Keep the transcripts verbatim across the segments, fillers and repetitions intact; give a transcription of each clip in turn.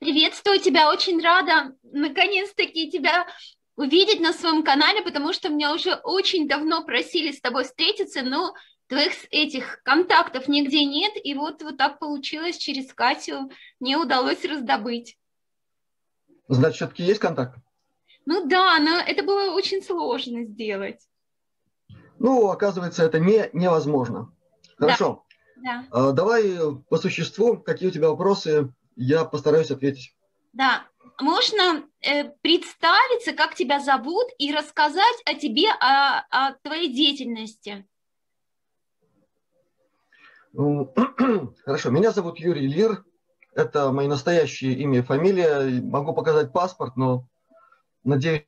Приветствую тебя, очень рада наконец-таки тебя увидеть на своем канале, потому что меня уже очень давно просили с тобой встретиться, но твоих этих контактов нигде нет, и вот, вот так получилось, через Катю мне удалось раздобыть. Значит, все-таки есть контакт? Ну да, но это было очень сложно сделать. Ну, оказывается, это не, невозможно. Да, Хорошо. да, А, давай по существу, какие у тебя вопросы, я постараюсь ответить. да. Можно э, представиться, как тебя зовут, и рассказать о тебе, о, о твоей деятельности. Ну, хорошо, меня зовут Юрий Лир, это мое настоящее имя и фамилия. Могу показать паспорт, но надеюсь...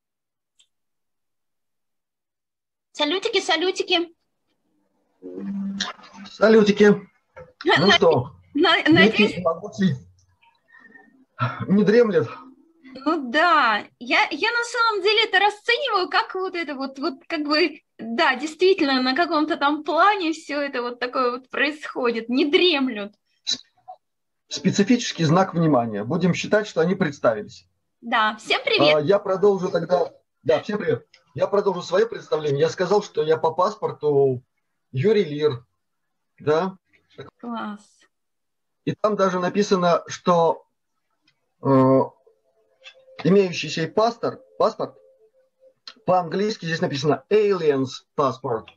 Салютики, салютики. Салютики. Ну что, великий и Надеюсь, могучий не дремлет. ну да, я, я на самом деле это расцениваю как вот это вот, вот как бы, да, действительно, на каком-то там плане все это вот такое вот происходит, не дремлют. Специфический знак внимания. Будем считать, что они представились. Да, всем привет. А, Я продолжу тогда... Да, всем привет. Я продолжу свое представление. Я сказал, что я по паспорту Юрий Лир, да, Класс. и там даже написано, что э, имеющийся паспорт, паспорт, по-английски здесь написано aliens passport.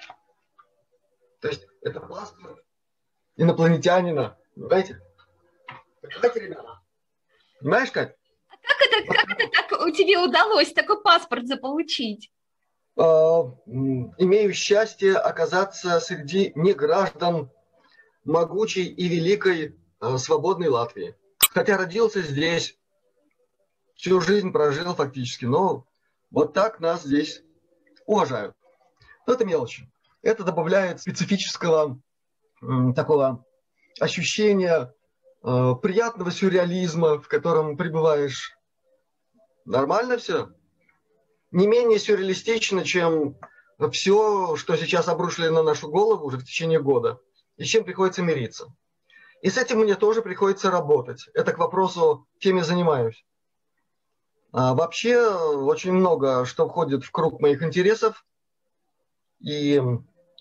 То есть это паспорт инопланетянина. Понимаете? Понимаете, ребята? Понимаешь, Кать? А как это, как это так у тебе удалось такой паспорт заполучить? Э, имею счастье оказаться среди неграждан могучей и великой э, свободной Латвии. Хотя родился здесь, всю жизнь прожил фактически, но вот так нас здесь уважают. Но это мелочи. Это добавляет специфического э, такого ощущения э, приятного сюрреализма, в котором пребываешь. Нормально все? Не менее сюрреалистично, чем все, что сейчас обрушили на нашу голову уже в течение года, и с чем приходится мириться. И с этим мне тоже приходится работать. Это к вопросу, чем я занимаюсь. А вообще очень много что входит в круг моих интересов. И э,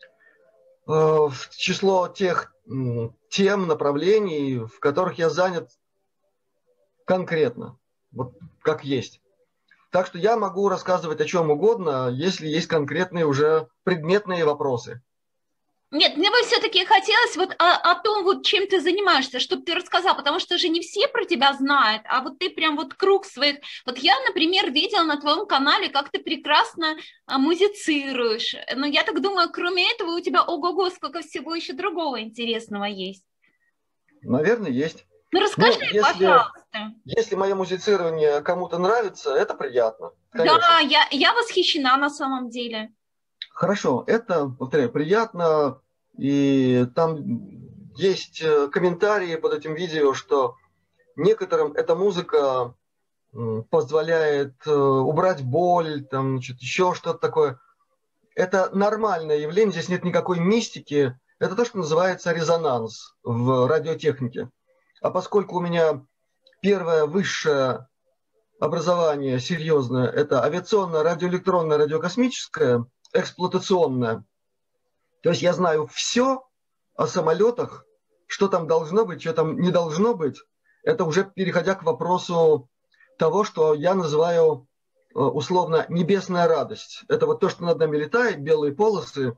в число тех м, тем, направлений, в которых я занят конкретно, вот как есть. Так что я могу рассказывать о чем угодно, если есть конкретные уже предметные вопросы. Нет, мне бы все-таки хотелось вот о, о том, вот чем ты занимаешься, чтобы ты рассказал, потому что же не все про тебя знают, а вот ты прям вот круг своих... Вот я, например, видела на твоем канале, как ты прекрасно а, музицируешь, но я так думаю, кроме этого у тебя ого-го, сколько всего еще другого интересного есть. Наверное, есть. Ну Ну, расскажи, если, пожалуйста. если мое музицирование кому-то нравится, это приятно, Да, конечно. я, я восхищена на самом деле. Хорошо, это, повторяю, приятно, и там есть э, комментарии под этим видео, что некоторым эта музыка м, позволяет э, убрать боль, там, значит, еще что-то такое. Это нормальное явление, здесь нет никакой мистики, это то, что называется резонанс в радиотехнике. А поскольку у меня первое высшее образование серьезное, это авиационное, радиоэлектронное, радиокосмическое, эксплуатационное, то есть я знаю все о самолетах, что там должно быть, что там не должно быть. Это уже переходя к вопросу того, что я называю условно небесная радость. Это вот то, что над нами летает, белые полосы.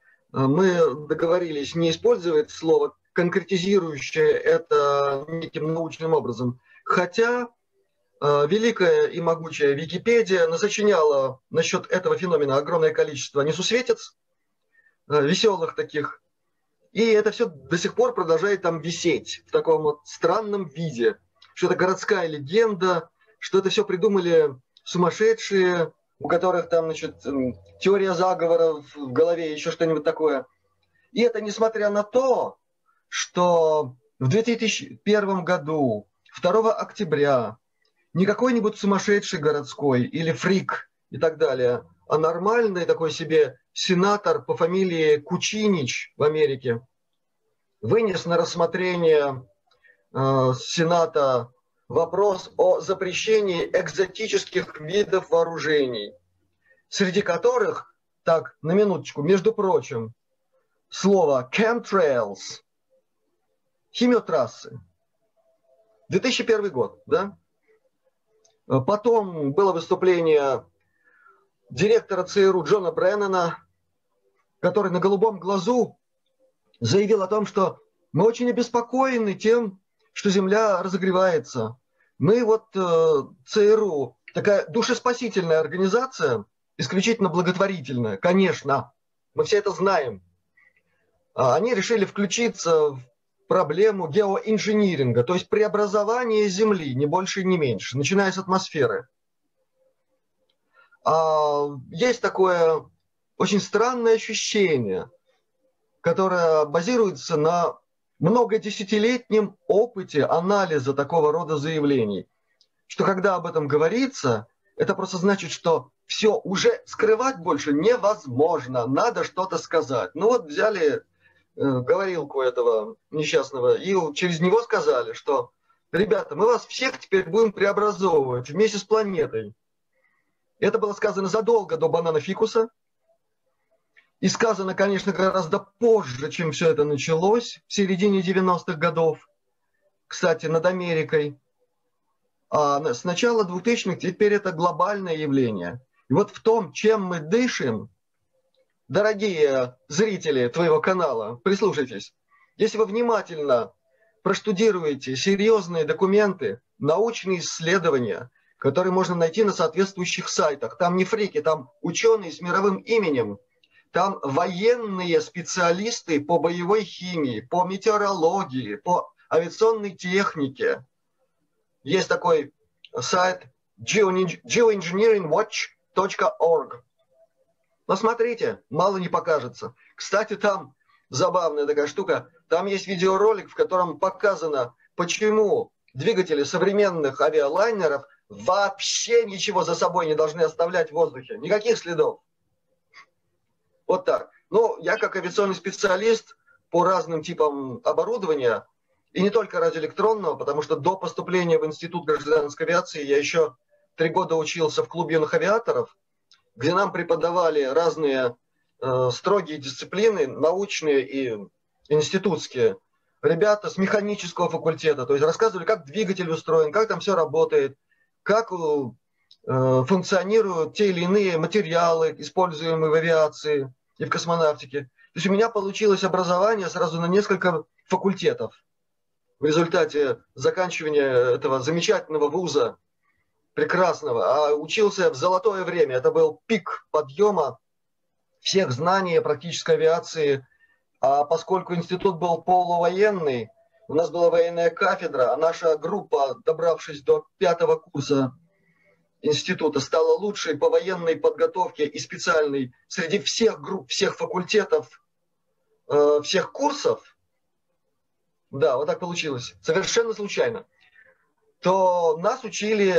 Мы договорились не использовать слово, конкретизирующее это неким научным образом. Хотя великая и могучая Википедия насочиняла насчет этого феномена огромное количество несусветиц, веселых таких. И это все до сих пор продолжает там висеть в таком вот странном виде, что это городская легенда, что это все придумали сумасшедшие, у которых там, значит, теория заговора в голове, еще что-нибудь такое. И это несмотря на то, что в две тысячи первом году, второго октября, не какой-нибудь сумасшедший городской или фрик и так далее, а нормальный такой себе сенатор по фамилии Кучинич в Америке вынес на рассмотрение э, Сената вопрос о запрещении экзотических видов вооружений, среди которых, так, на минуточку, между прочим, слово chemtrails, химиотрассы. две тысячи первый год, да? Потом было выступление директора ЦРУ Джона Бреннана, который на голубом глазу заявил о том, что мы очень обеспокоены тем, что Земля разогревается. Мы вот э, ЦРУ, такая душеспасительная организация, исключительно благотворительная, конечно, мы все это знаем. Они решили включиться в проблему геоинжиниринга, то есть преобразования Земли, ни больше, ни меньше, начиная с атмосферы. А есть такое очень странное ощущение, которое базируется на многодесятилетнем опыте анализа такого рода заявлений, что когда об этом говорится, это просто значит, что все, уже скрывать больше невозможно, надо что-то сказать. Ну вот взяли э, говорилку этого несчастного и через него сказали, что ребята, мы вас всех теперь будем преобразовывать вместе с планетой. Это было сказано задолго до банана фикуса. И сказано, конечно, гораздо позже, чем все это началось, в середине девяностых годов, кстати, над Америкой. А с начала двухтысячных теперь это глобальное явление. И вот в том, чем мы дышим, дорогие зрители твоего канала, прислушайтесь, если вы внимательно проштудируете серьезные документы, научные исследования, которые можно найти на соответствующих сайтах, там не фрики, там ученые с мировым именем, там военные специалисты по боевой химии, по метеорологии, по авиационной технике. Есть такой сайт geoengineering watch точка org. Посмотрите, мало не покажется. Кстати, там забавная такая штука. Там есть видеоролик, в котором показано, почему двигатели современных авиалайнеров вообще ничего за собой не должны оставлять в воздухе. Никаких следов. Вот так. Ну, я как авиационный специалист по разным типам оборудования, и не только радиоэлектронного, потому что до поступления в Институт гражданской авиации я еще три года учился в клубе юных авиаторов, где нам преподавали разные э, строгие дисциплины, научные и институтские. Ребята с механического факультета, то есть рассказывали, как двигатель устроен, как там все работает, как э, функционируют те или иные материалы, используемые в авиации и в космонавтике. То есть у меня получилось образование сразу на несколько факультетов. В результате заканчивания этого замечательного вуза, прекрасного, а учился я в золотое время. Это был пик подъема всех знаний о практической авиации. А поскольку институт был полувоенный, у нас была военная кафедра, а наша группа, добравшись до пятого курса института, стала лучшей по военной подготовке и специальной среди всех групп, всех факультетов, э, всех курсов. Да, вот так получилось. Совершенно случайно. То нас учили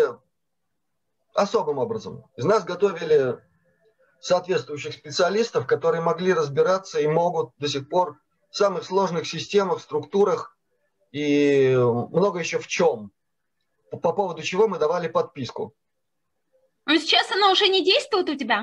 особым образом. Из нас готовили соответствующих специалистов, которые могли разбираться и могут до сих пор в самых сложных системах, структурах и много еще в чем. По, по поводу чего мы давали подписку. Но сейчас она уже не действует у тебя?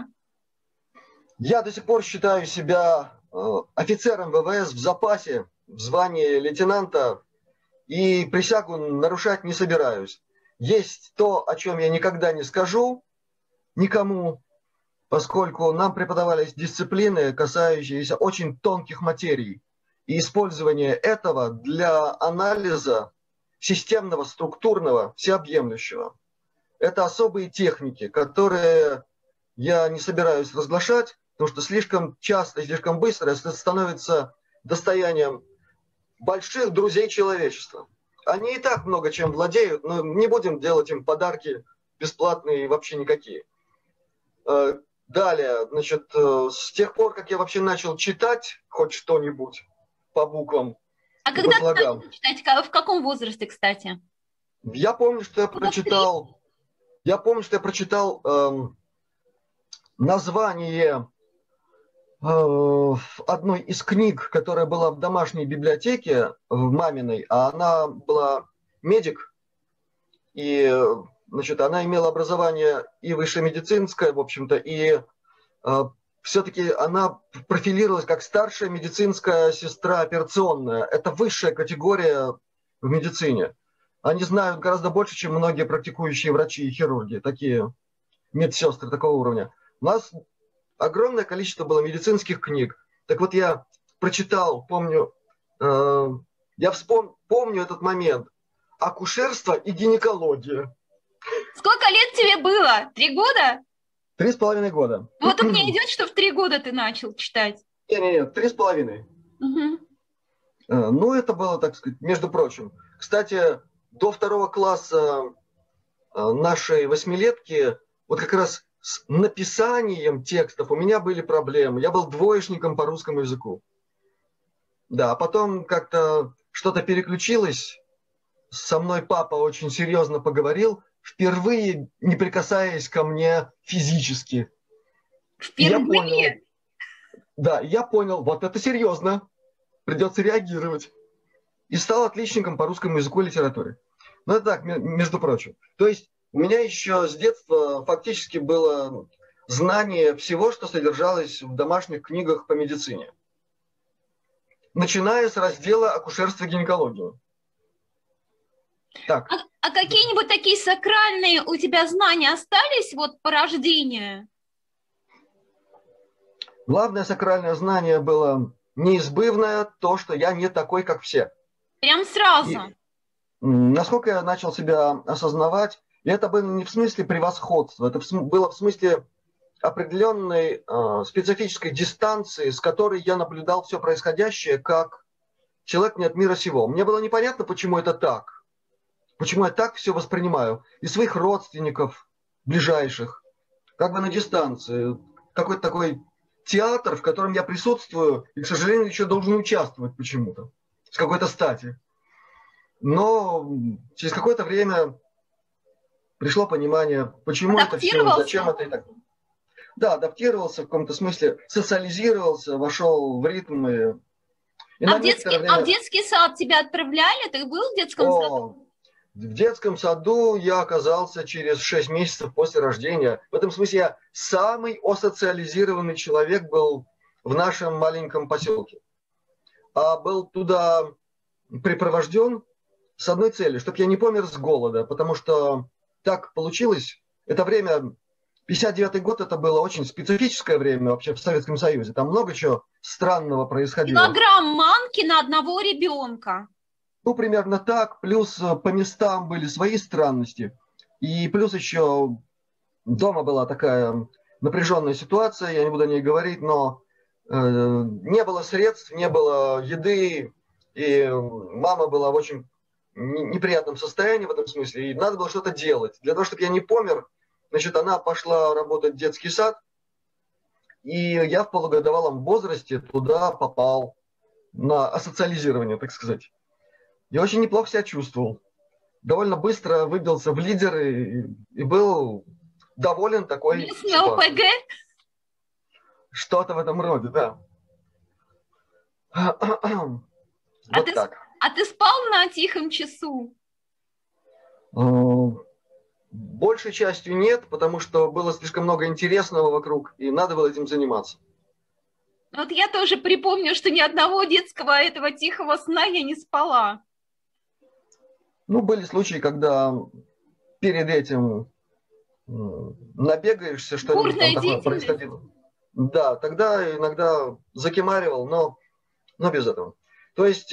Я до сих пор считаю себя э, офицером ВВС в запасе, в звании лейтенанта, и присягу нарушать не собираюсь. Есть то, о чем я никогда не скажу никому, поскольку нам преподавались дисциплины, касающиеся очень тонких материй, и использование этого для анализа системного, структурного, всеобъемлющего. Это особые техники, которые я не собираюсь разглашать, потому что слишком часто и слишком быстро это становится достоянием больших друзей человечества. Они и так много чем владеют, но не будем делать им подарки бесплатные и вообще никакие. Далее, значит, с тех пор, как я вообще начал читать хоть что-нибудь по буквам, а когда ты начал читать? В каком возрасте, кстати? Я помню, что я прочитал, я помню, что я прочитал эм, название э, одной из книг, которая была в домашней библиотеке, в маминой, а она была медик, И, значит, она имела образование и высшее медицинское, в общем-то, и э, все-таки она профилировалась как старшая медицинская сестра операционная. Это высшая категория в медицине. Они знают гораздо больше, чем многие практикующие врачи и хирурги, такие медсестры такого уровня. У нас огромное количество было медицинских книг. Так вот, я прочитал, помню, э, я вспом... помню этот момент. Акушерство и гинекология. Сколько лет тебе было? Три года? Три с половиной года. Вот у меня идет, что в три года ты начал читать. Нет, нет, нет, три с половиной. Угу. Ну, это было, так сказать, между прочим. Кстати, до второго класса нашей восьмилетки вот как раз с написанием текстов у меня были проблемы. Я был двоечником по русскому языку. Да, а потом как-то что-то переключилось. Со мной папа очень серьезно поговорил, впервые не прикасаясь ко мне физически. Впервые? Я понял, да, я понял, вот это серьезно, придется реагировать. И стал отличником по русскому языку и литературе. Ну, это так, между прочим. То есть у меня еще с детства фактически было знание всего, что содержалось в домашних книгах по медицине. Начиная с раздела акушерства и гинекологии. Так. А, а какие-нибудь такие сакральные у тебя знания остались вот по рождению? Главное сакральное знание было неизбывное, то, что я не такой, как все. Прям сразу? И, насколько я начал себя осознавать, и это было не в смысле превосходства, это было в смысле определенной э, специфической дистанции, с которой я наблюдал все происходящее, как человек не от мира сего. Мне было непонятно, почему это так. Почему я так все воспринимаю? И своих родственников ближайших, как бы на дистанции. Какой-то такой театр, в котором я присутствую, и, к сожалению, еще должен участвовать почему-то. С какой-то стати. Но через какое-то время пришло понимание, почему это все, зачем это и так. Да, адаптировался в каком-то смысле, социализировался, вошел в ритм. И, и а, в детский, время... а в детский сад тебя отправляли? Ты был в детском О, саду? В детском саду я оказался через шесть месяцев после рождения. В этом смысле я самый осоциализированный человек был в нашем маленьком поселке. А был туда припровожден с одной целью, чтобы я не помер с голода, потому что так получилось. Это время, пятьдесят девятый год, это было очень специфическое время вообще в Советском Союзе. Там много чего странного происходило. Килограмм манки на одного ребенка. Ну, примерно так. Плюс по местам были свои странности. И плюс еще дома была такая напряженная ситуация, я не буду о ней говорить, но э, не было средств, не было еды, и мама была в очень неприятном состоянии в этом смысле, и надо было что-то делать. Для того, чтобы я не помер, значит, она пошла работать в детский сад, и я в полугодовалом возрасте туда попал на асоциализирование, так сказать. Я очень неплохо себя чувствовал. Довольно быстро выбился в лидеры и, и был доволен такой ОПГ? Что-то в этом роде, да. А, вот ты, так. а ты спал на тихом часу? Большей частью нет, потому что было слишком много интересного вокруг, и надо было этим заниматься. Вот я тоже припомню, что ни одного детского этого тихого сна я не спала. Ну, были случаи, когда перед этим набегаешься, что-нибудь там такое происходило. Да, тогда иногда закимаривал, но, но без этого. То есть,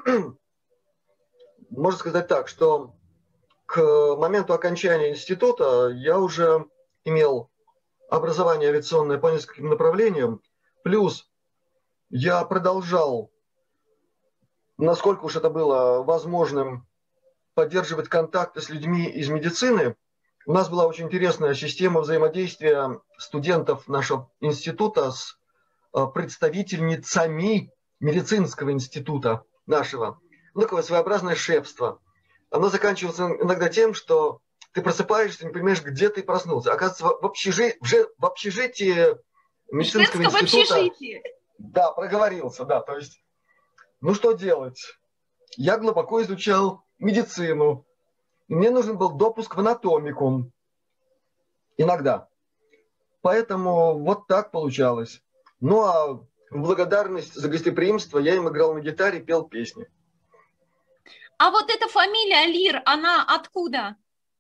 можно сказать так, что к моменту окончания института я уже имел образование авиационное по нескольким направлениям, плюс я продолжал, насколько уж это было возможным, поддерживать контакты с людьми из медицины. У нас была очень интересная система взаимодействия студентов нашего института с представительницами медицинского института нашего. Ну, такое своеобразное шефство. Оно заканчивалось иногда тем, что ты просыпаешься, не понимаешь, где ты проснулся. Оказывается, в общежитии, в общежитии медицинского Женском института... общежитии. Да, проговорился, да. То есть, ну что делать? Я глубоко изучал медицину. и мне нужен был допуск в анатомикум. Иногда. Поэтому вот так получалось. Ну а в благодарность за гостеприимство я им играл на гитаре, пел песни. А вот эта фамилия Лир, она откуда?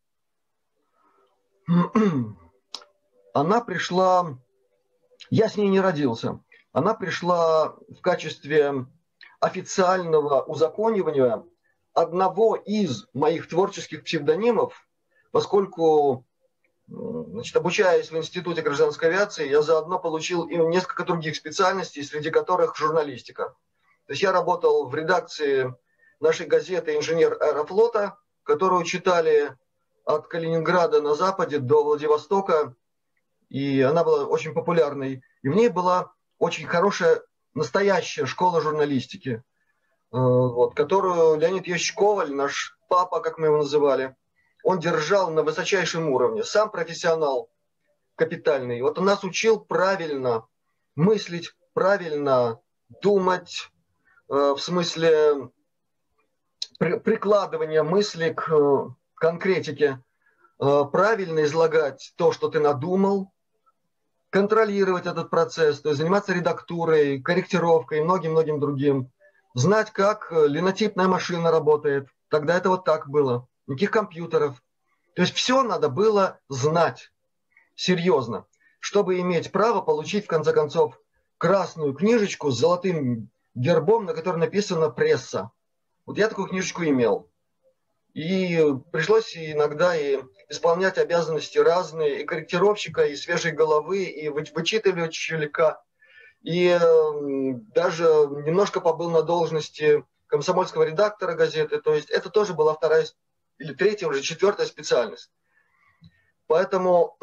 Она пришла... Я с ней не родился. Она пришла в качестве официального узаконивания одного из моих творческих псевдонимов, поскольку, значит, обучаясь в Институте гражданской авиации, я заодно получил и несколько других специальностей, среди которых журналистика. То есть я работал в редакции нашей газеты «Инженер аэрофлота», которую читали от Калининграда на западе до Владивостока, и она была очень популярной. И в ней была очень хорошая, настоящая школа журналистики, вот, которую Леонид Ильич Коваль, наш папа, как мы его называли, он держал на высочайшем уровне. Сам профессионал капитальный. Вот он нас учил правильно мыслить, правильно думать, в смысле прикладывания мысли к конкретике, правильно излагать то, что ты надумал, контролировать этот процесс, то есть заниматься редактурой, корректировкой и многим-многим другим. Знать, как линотипная машина работает. Тогда это вот так было. Никаких компьютеров. То есть все надо было знать серьезно, чтобы иметь право получить, в конце концов, красную книжечку с золотым гербом, на которой написано «пресса». Вот я такую книжечку имел. И пришлось иногда и исполнять обязанности разные, и корректировщика, и свежей головы, и вычитывателя, и даже немножко побыл на должности комсомольского редактора газеты. То есть это тоже была вторая или третья, уже четвертая специальность. Поэтому...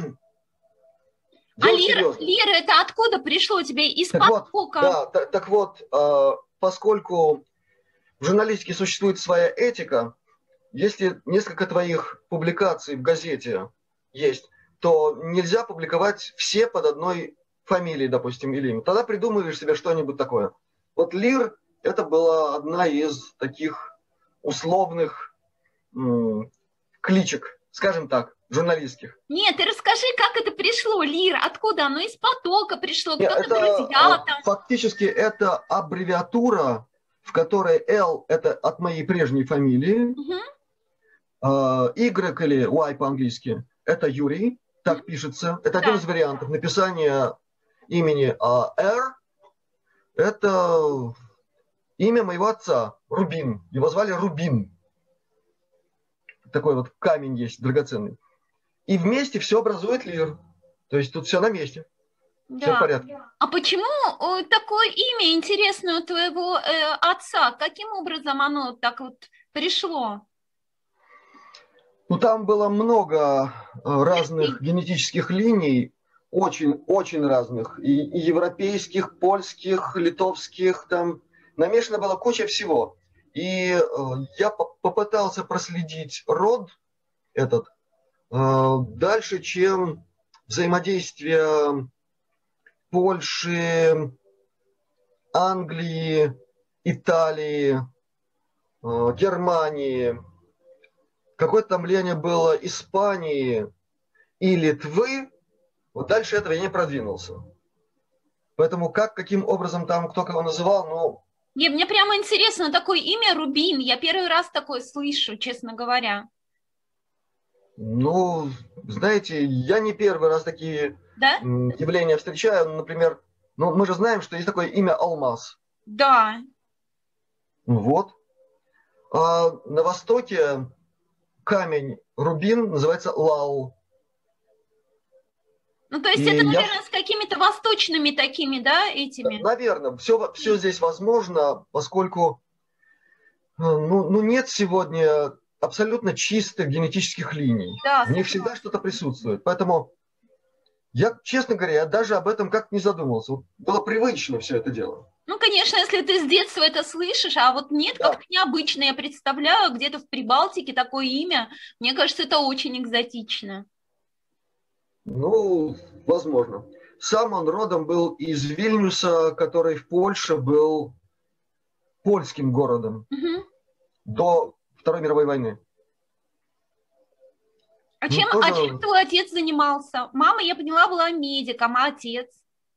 А Лир, Лир, это откуда пришло тебе? Из-под бока? Да, так, так вот, поскольку в журналистике существует своя этика, если несколько твоих публикаций в газете есть, то нельзя публиковать все под одной фамилией, допустим, или имя. Тогда придумываешь себе что-нибудь такое. Вот Лир – это была одна из таких условных м- кличек, скажем так, журналистских. Нет, ты расскажи, как это пришло, Лир, откуда оно из потока пришло, кто-то это, друзья там. Фактически это аббревиатура, в которой L – это от моей прежней фамилии, угу. Y или Y по-английски – это Юрий, так mm-hmm. пишется. Это да. один из вариантов написания имени. А R – это имя моего отца, Рубин. Его звали Рубин. Такой вот камень есть драгоценный. И вместе все образует Лир. То есть тут все на месте. Да. Все в порядке. А почему такое имя интересное у твоего э, отца? Каким образом оно так вот пришло? Ну, там было много разных генетических линий, очень-очень разных, и, и европейских, польских, литовских, там намешано было куча всего. И э, я по- попытался проследить род этот э, дальше, чем взаимодействие Польши, Англии, Италии, э, Германии. Какое-то там влияние было Испании и Литвы. Вот дальше этого я не продвинулся. Поэтому как, каким образом там кто кого называл, ну... Не, мне прямо интересно, такое имя Рубин. Я первый раз такое слышу, честно говоря. Ну, знаете, я не первый раз такие да? явления встречаю. Например, ну, мы же знаем, что есть такое имя Алмаз. Да. Вот. А на Востоке камень рубин называется лау. Ну, то есть и это, наверное, я... с какими-то восточными такими, да, этими? Наверное, все, все здесь возможно, поскольку ну, ну, нет сегодня абсолютно чистых генетических линий. Да, в них всегда что-то присутствует. Поэтому я, честно говоря, я даже об этом как-то не задумывался. Было привычно все это дело. Ну, конечно, если ты с детства это слышишь, а вот нет, да. Как-то необычно. Я представляю, где-то в Прибалтике такое имя. Мне кажется, это очень экзотично. Ну, возможно. Сам он родом был из Вильнюса, который в Польше был польским городом угу. до Второй мировой войны. А Ну, чем, а тоже, чем твой отец занимался? Мама, я поняла, была медиком, а отец?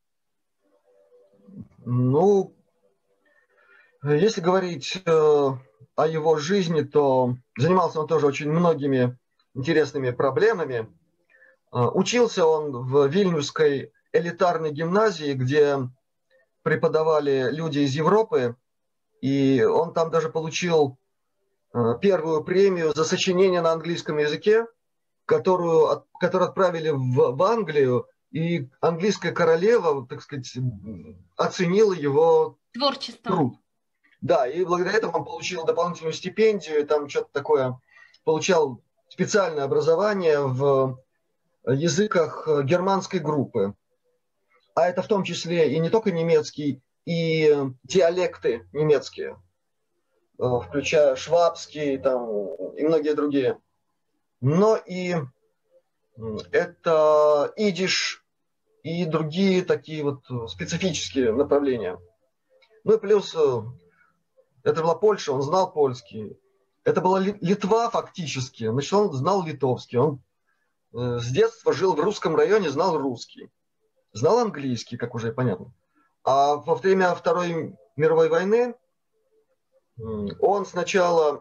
ну, если говорить э, о его жизни, то занимался он тоже очень многими интересными проблемами. Э, учился он в Вильнюсской элитарной гимназии, где преподавали люди из Европы, и он там даже получил э, первую премию за сочинение на английском языке, которую, от- которую отправили в, в Англию, и английская королева, так сказать, оценила его Творчество. труд. Да, и благодаря этому он получил дополнительную стипендию, там что-то такое, получал специальное образование в языках германской группы. А это в том числе и не только немецкий, и диалекты немецкие, э, включая швабский там, и многие другие. Но и м, это идиш и другие такие вот специфические направления. Ну и плюс э, это была Польша, он знал польский. Это была Литва фактически, значит, он знал литовский. Он э, с детства жил в русском районе, знал русский. Знал английский, как уже понятно. А во время Второй мировой войны он сначала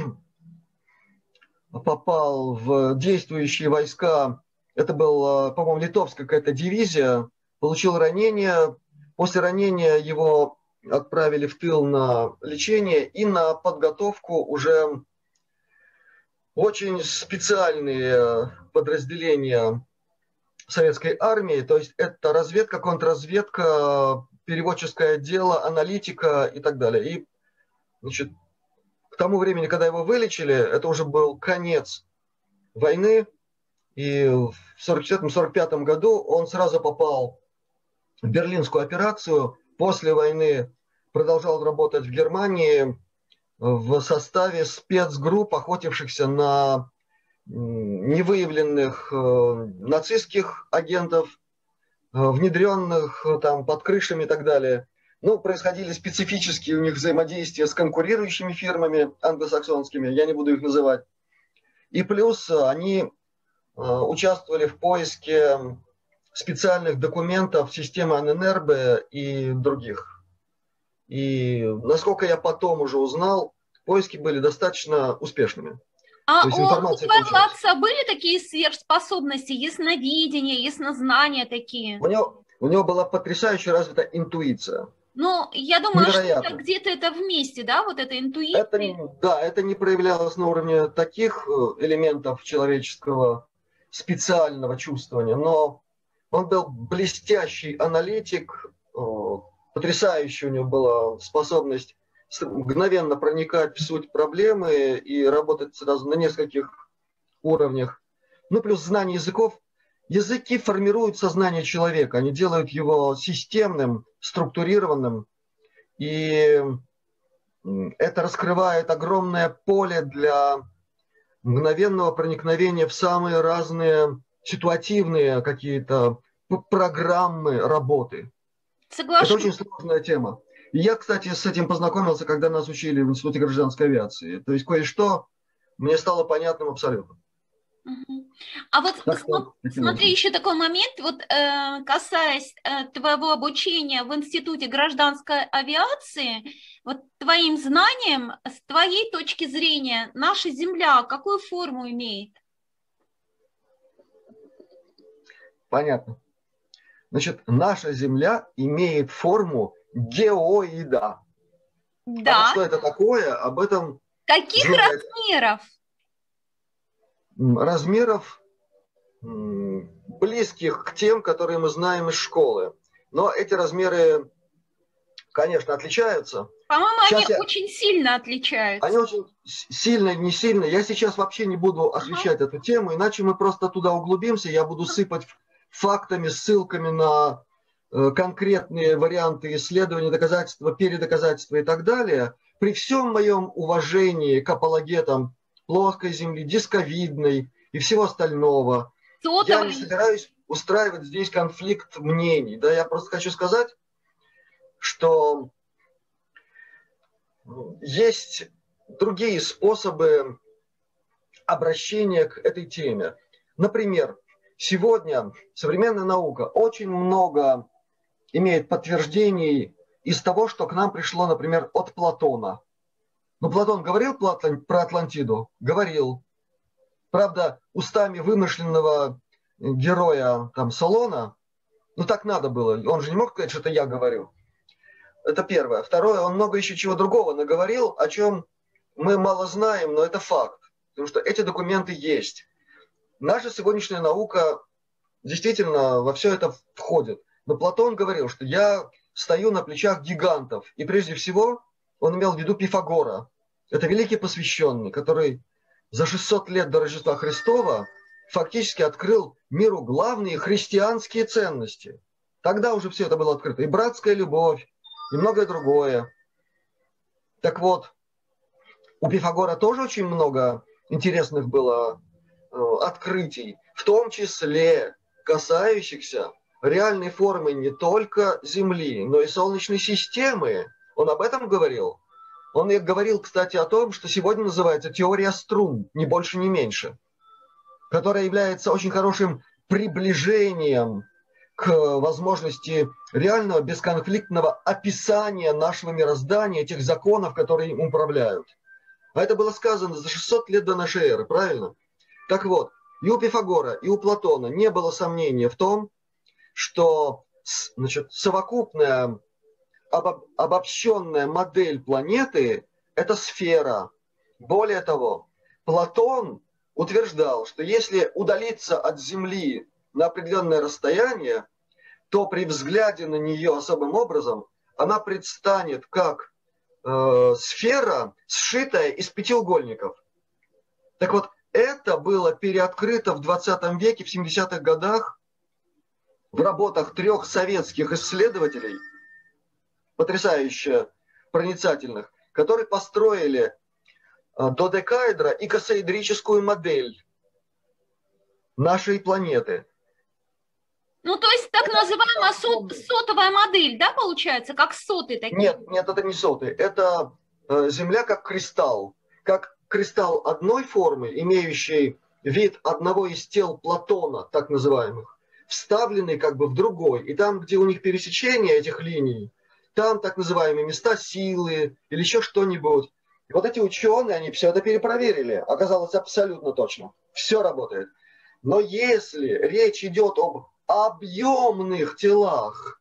попал в действующие войска. Это был, по-моему, литовская какая-то дивизия. Получил ранение. После ранения его отправили в тыл на лечение и на подготовку уже очень специальные подразделения советской армии. То есть это разведка, контрразведка, переводческое дело, аналитика и так далее. И, значит, к тому времени, когда его вылечили, это уже был конец войны. И в сорок четвёртом — сорок пятом году он сразу попал в Берлинскую операцию. После войны продолжал работать в Германии в составе спецгрупп, охотившихся на невыявленных э, нацистских агентов, э, внедренных э, там под крышами и так далее. Ну, происходили специфические у них взаимодействия с конкурирующими фирмами англосаксонскими, я не буду их называть. И плюс они э, участвовали в поиске специальных документов системы Анненербе и других. И насколько я потом уже узнал, поиски были достаточно успешными. То А есть у, у информация твоего получалась. отца были такие сверхспособности, ясновидение, яснознания такие? У него, у него была потрясающе развита интуиция. Ну, я думаю, что это Невероятно. где-то это вместе, да, вот эта Это, интуиция. да, это не проявлялось на уровне таких э, элементов человеческого специального чувствования, но он был блестящий аналитик, э, потрясающая у него была способность мгновенно проникать в суть проблемы и работать сразу на нескольких уровнях. Ну, плюс знание языков. Языки формируют сознание человека, они делают его системным, структурированным, и это раскрывает огромное поле для мгновенного проникновения в самые разные ситуативные какие-то программы работы. Это Соглашусь. очень сложная тема. И я, кстати, с этим познакомился, когда нас учили в Институте гражданской авиации. То есть кое-что мне стало понятным абсолютно. Мгм. А вот Так смо- что, таким смотри, образом. еще такой момент, вот э, касаясь э, твоего обучения в Институте гражданской авиации, вот твоим знанием, с твоей точки зрения, наша Земля какую форму имеет? Понятно. Значит, наша Земля имеет форму геоида. А вот Да. что это такое, об этом Каких знает размеров? размеров близких к тем, которые мы знаем из школы. Но эти размеры, конечно, отличаются. По-моему, они Сейчас я... очень сильно Они отличаются. очень сильно, не сильно. Я сейчас вообще не буду Ага. освещать эту тему, иначе мы просто туда углубимся. Я буду сыпать фактами, ссылками на э, конкретные варианты исследования, доказательства, передоказательства и так далее. При всем моем уважении к апологетам плоской Земли, дисковидной и всего остального, я не Сотовой. собираюсь устраивать здесь конфликт мнений. Да, я просто хочу сказать, что есть другие способы обращения к этой теме. Например, сегодня современная наука очень много имеет подтверждений из того, что к нам пришло, например, от Платона. Ну, Платон говорил про Атлантиду? Говорил. Правда, устами вымышленного героя там, Солона, ну так надо было. Он же не мог сказать, что это я говорю. Это первое. Второе, он много еще чего другого наговорил, о чем мы мало знаем, но это факт. Потому что эти документы есть. Наша сегодняшняя наука действительно во все это входит. Но Платон говорил, что я стою на плечах гигантов. И прежде всего он имел в виду Пифагора. Это великий посвященный, который за шестьсот лет до Рождества Христова фактически открыл миру главные христианские ценности. Тогда уже все это было открыто. И братская любовь, и многое другое. Так вот, у Пифагора тоже очень много интересных было э, открытий, в том числе касающихся реальной формы не только Земли, но и Солнечной системы. Он об этом говорил. Он и говорил, кстати, о том, что сегодня называется теория струн, ни больше, ни меньше, которая является очень хорошим приближением к возможности реального бесконфликтного описания нашего мироздания, этих законов, которые им управляют. А это было сказано за шестьсот лет до нашей эры, правильно? Так вот, и у Пифагора, и у Платона не было сомнения в том, что, значит, совокупная обобщенная модель планеты – это сфера. Более того, Платон утверждал, что если удалиться от Земли на определенное расстояние, то при взгляде на нее особым образом она предстанет как э, сфера, сшитая из пятиугольников. Так вот, это было переоткрыто в двадцатом веке, в семидесятых годах, в работах трех советских исследователей, потрясающе проницательных, которые построили додекаэдро и икосаэдрическую модель нашей планеты. Ну, то есть так называемая сот, сотовая модель, да, получается, как соты такие? Нет, нет, это не соты. Это э, Земля как кристалл. Как кристалл одной формы, имеющий вид одного из тел Платона, так называемых, вставленный как бы в другой. И там, где у них пересечение этих линий, там так называемые места силы или еще что-нибудь. И вот эти ученые, они все это перепроверили. Оказалось абсолютно точно. Все работает. Но если речь идет об объемных телах,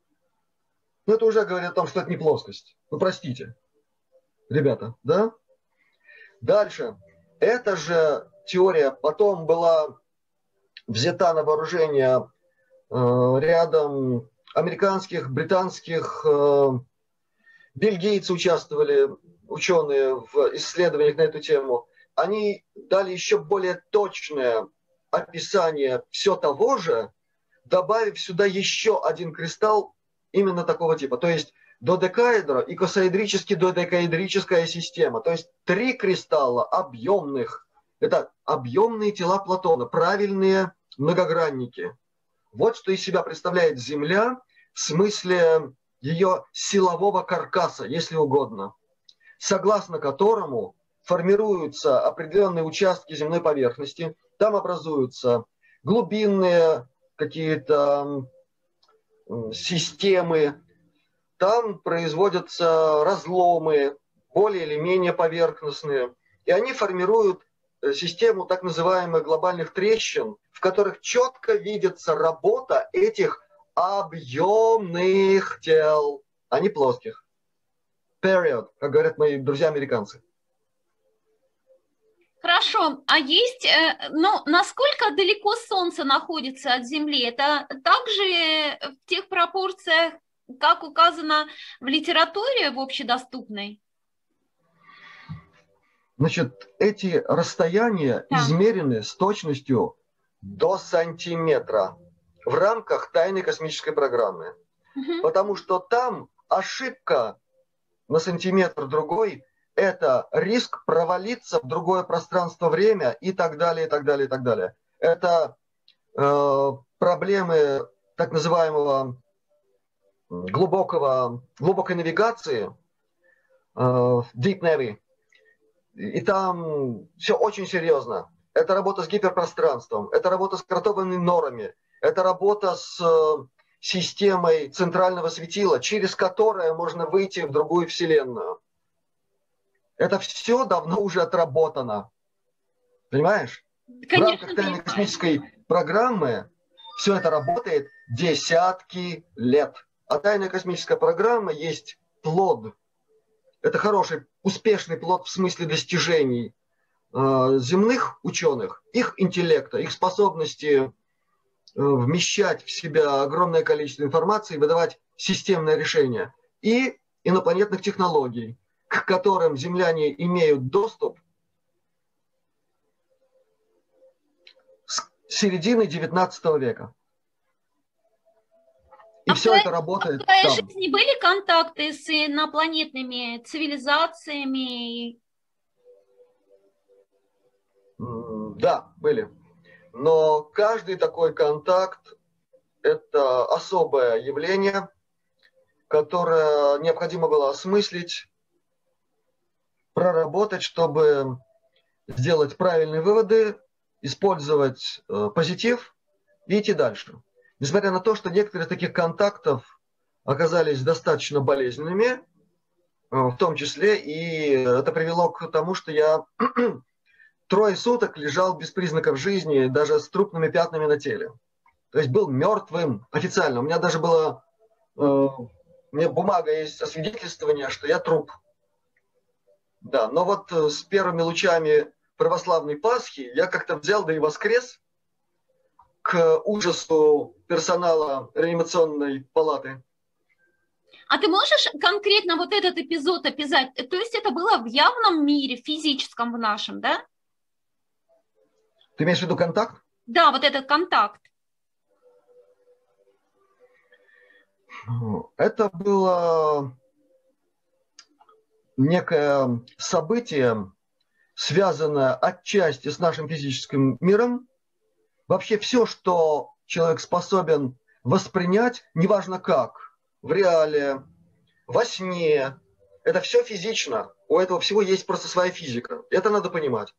ну это уже говорит о том, что это не плоскость. Ну простите, ребята, да? Дальше. Эта же теория потом была взята на вооружение э, рядом американских, британских, э, бельгийцы участвовали, ученые в исследованиях на эту тему. Они дали еще более точное описание все того же, добавив сюда еще один кристалл именно такого типа. То есть додекаэдро и икосаэдрически додекаэдрическая система. То есть три кристалла объемных. Это объемные тела Платона, правильные многогранники. Вот что из себя представляет Земля в смысле ее силового каркаса, если угодно, согласно которому формируются определенные участки земной поверхности, там образуются глубинные какие-то системы, там производятся разломы, более или менее поверхностные, и они формируют систему так называемых глобальных трещин, в которых четко видится работа этих объемных тел, а не плоских. Period, как говорят мои друзья-американцы. Хорошо, а есть, ну, насколько далеко Солнце находится от Земли? Это также в тех пропорциях, как указано в литературе, в общедоступной? Значит, эти расстояния да. измерены с точностью до сантиметра в рамках тайной космической программы. Угу. Потому что там ошибка на сантиметр другой – это риск провалиться в другое пространство-время и так далее, и так далее, и так далее. Это э, проблемы так называемого глубокого, глубокой навигации, э, deep navy. И там все очень серьезно. это работа с гиперпространством, это работа с кротовыми норами, это работа с э, системой центрального светила, через которое можно выйти в другую вселенную. Это все давно уже отработано. Понимаешь? Конечно, в рамках тайной понимаю. космической программы все это работает десятки лет. А тайная космическая программа есть плод. Это хороший, успешный плод в смысле достижений э, земных ученых, их интеллекта, их способности э, вмещать в себя огромное количество информации и выдавать системное решение. И инопланетных технологий, к которым земляне имеют доступ с середины девятнадцатого века. И а все в это работает в твоей там. жизни были контакты с инопланетными цивилизациями? Да, были. Но каждый такой контакт – это особое явление, которое необходимо было осмыслить, проработать, чтобы сделать правильные выводы, использовать э, позитив и идти дальше. Несмотря на то, что некоторые из таких контактов оказались достаточно болезненными, э, в том числе, и это привело к тому, что я трое суток лежал без признаков жизни, даже с трупными пятнами на теле. То есть был мертвым официально. У меня даже было, э, у меня бумага есть освидетельствование, что я труп. Да, но вот э, с первыми лучами православной Пасхи я как-то взял, да и воскрес к ужасу персонала реанимационной палаты. А ты можешь конкретно вот этот эпизод описать? То есть это было в явном мире, физическом в нашем, да? Ты имеешь в виду контакт? Да, вот этот контакт. Это было некое событие, связанное отчасти с нашим физическим миром. Вообще все, что человек способен воспринять, неважно как, в реале, во сне, это все физично. У этого всего есть просто своя физика. Это надо понимать.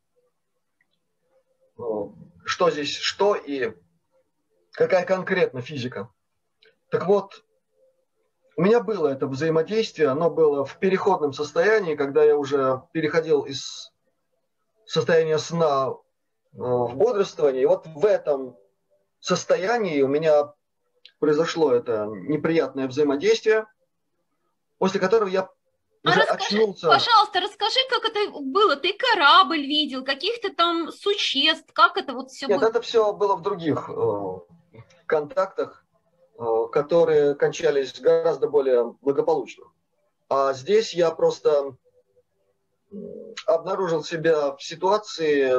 Что здесь, что и какая конкретно физика. Так вот, у меня было это взаимодействие, оно было в переходном состоянии, когда я уже переходил из состояния сна в бодрствование. И вот в этом состоянии у меня произошло это неприятное взаимодействие, после которого я А уже расскажи, очнулся. пожалуйста, расскажи, как это было. Ты корабль видел, каких-то там существ, как это вот все Нет, было? это все было в других э, контактах, э, которые кончались гораздо более благополучно. А здесь я просто обнаружил себя в ситуации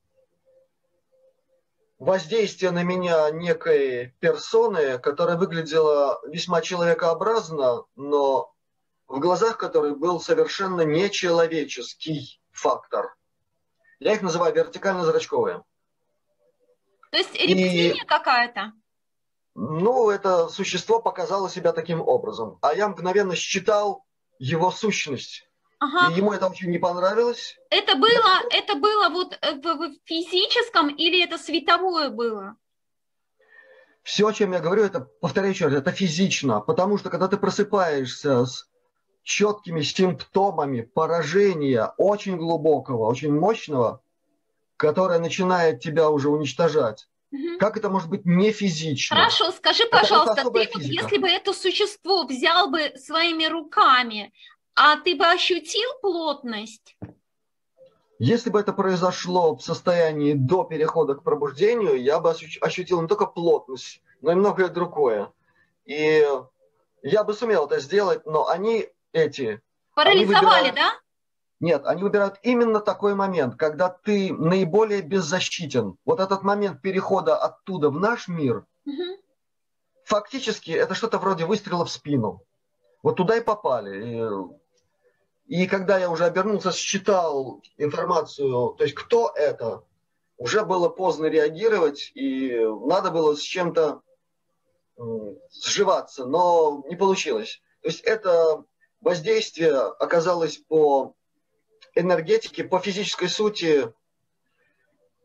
воздействия на меня некой персоны, которая выглядела весьма человекообразно, но в глазах которой был совершенно нечеловеческий фактор. Я их называю вертикально-зрачковые. То есть И, рептилия какая-то? ну, это существо показало себя таким образом. А я мгновенно считал его сущность. Ага. И ему это очень не понравилось. Это было, это было вот в, в физическом или это световое было? Все, о чем я говорю, это, повторяю еще раз, это физично. Потому что когда ты просыпаешься с четкими симптомами поражения очень глубокого, очень мощного, которое начинает тебя уже уничтожать, Угу. как это может быть не физично? Хорошо, скажи, Это пожалуйста, ты вот, физика. если бы это существо взял бы своими руками, а ты бы ощутил плотность? Если бы это произошло в состоянии до перехода к пробуждению, я бы ощутил не только плотность, но и многое другое. И я бы сумел это сделать, но они эти... Парализовали, они выбирают... да? Нет, они выбирают именно такой момент, когда ты наиболее беззащитен. Вот этот момент перехода оттуда в наш мир, угу. Фактически это что-то вроде выстрела в спину. Вот туда и попали. И, и когда я уже обернулся, считал информацию, то есть кто это, уже было поздно реагировать, и надо было с чем-то э, сживаться, но не получилось. То есть это воздействие оказалось по энергетике, по физической сути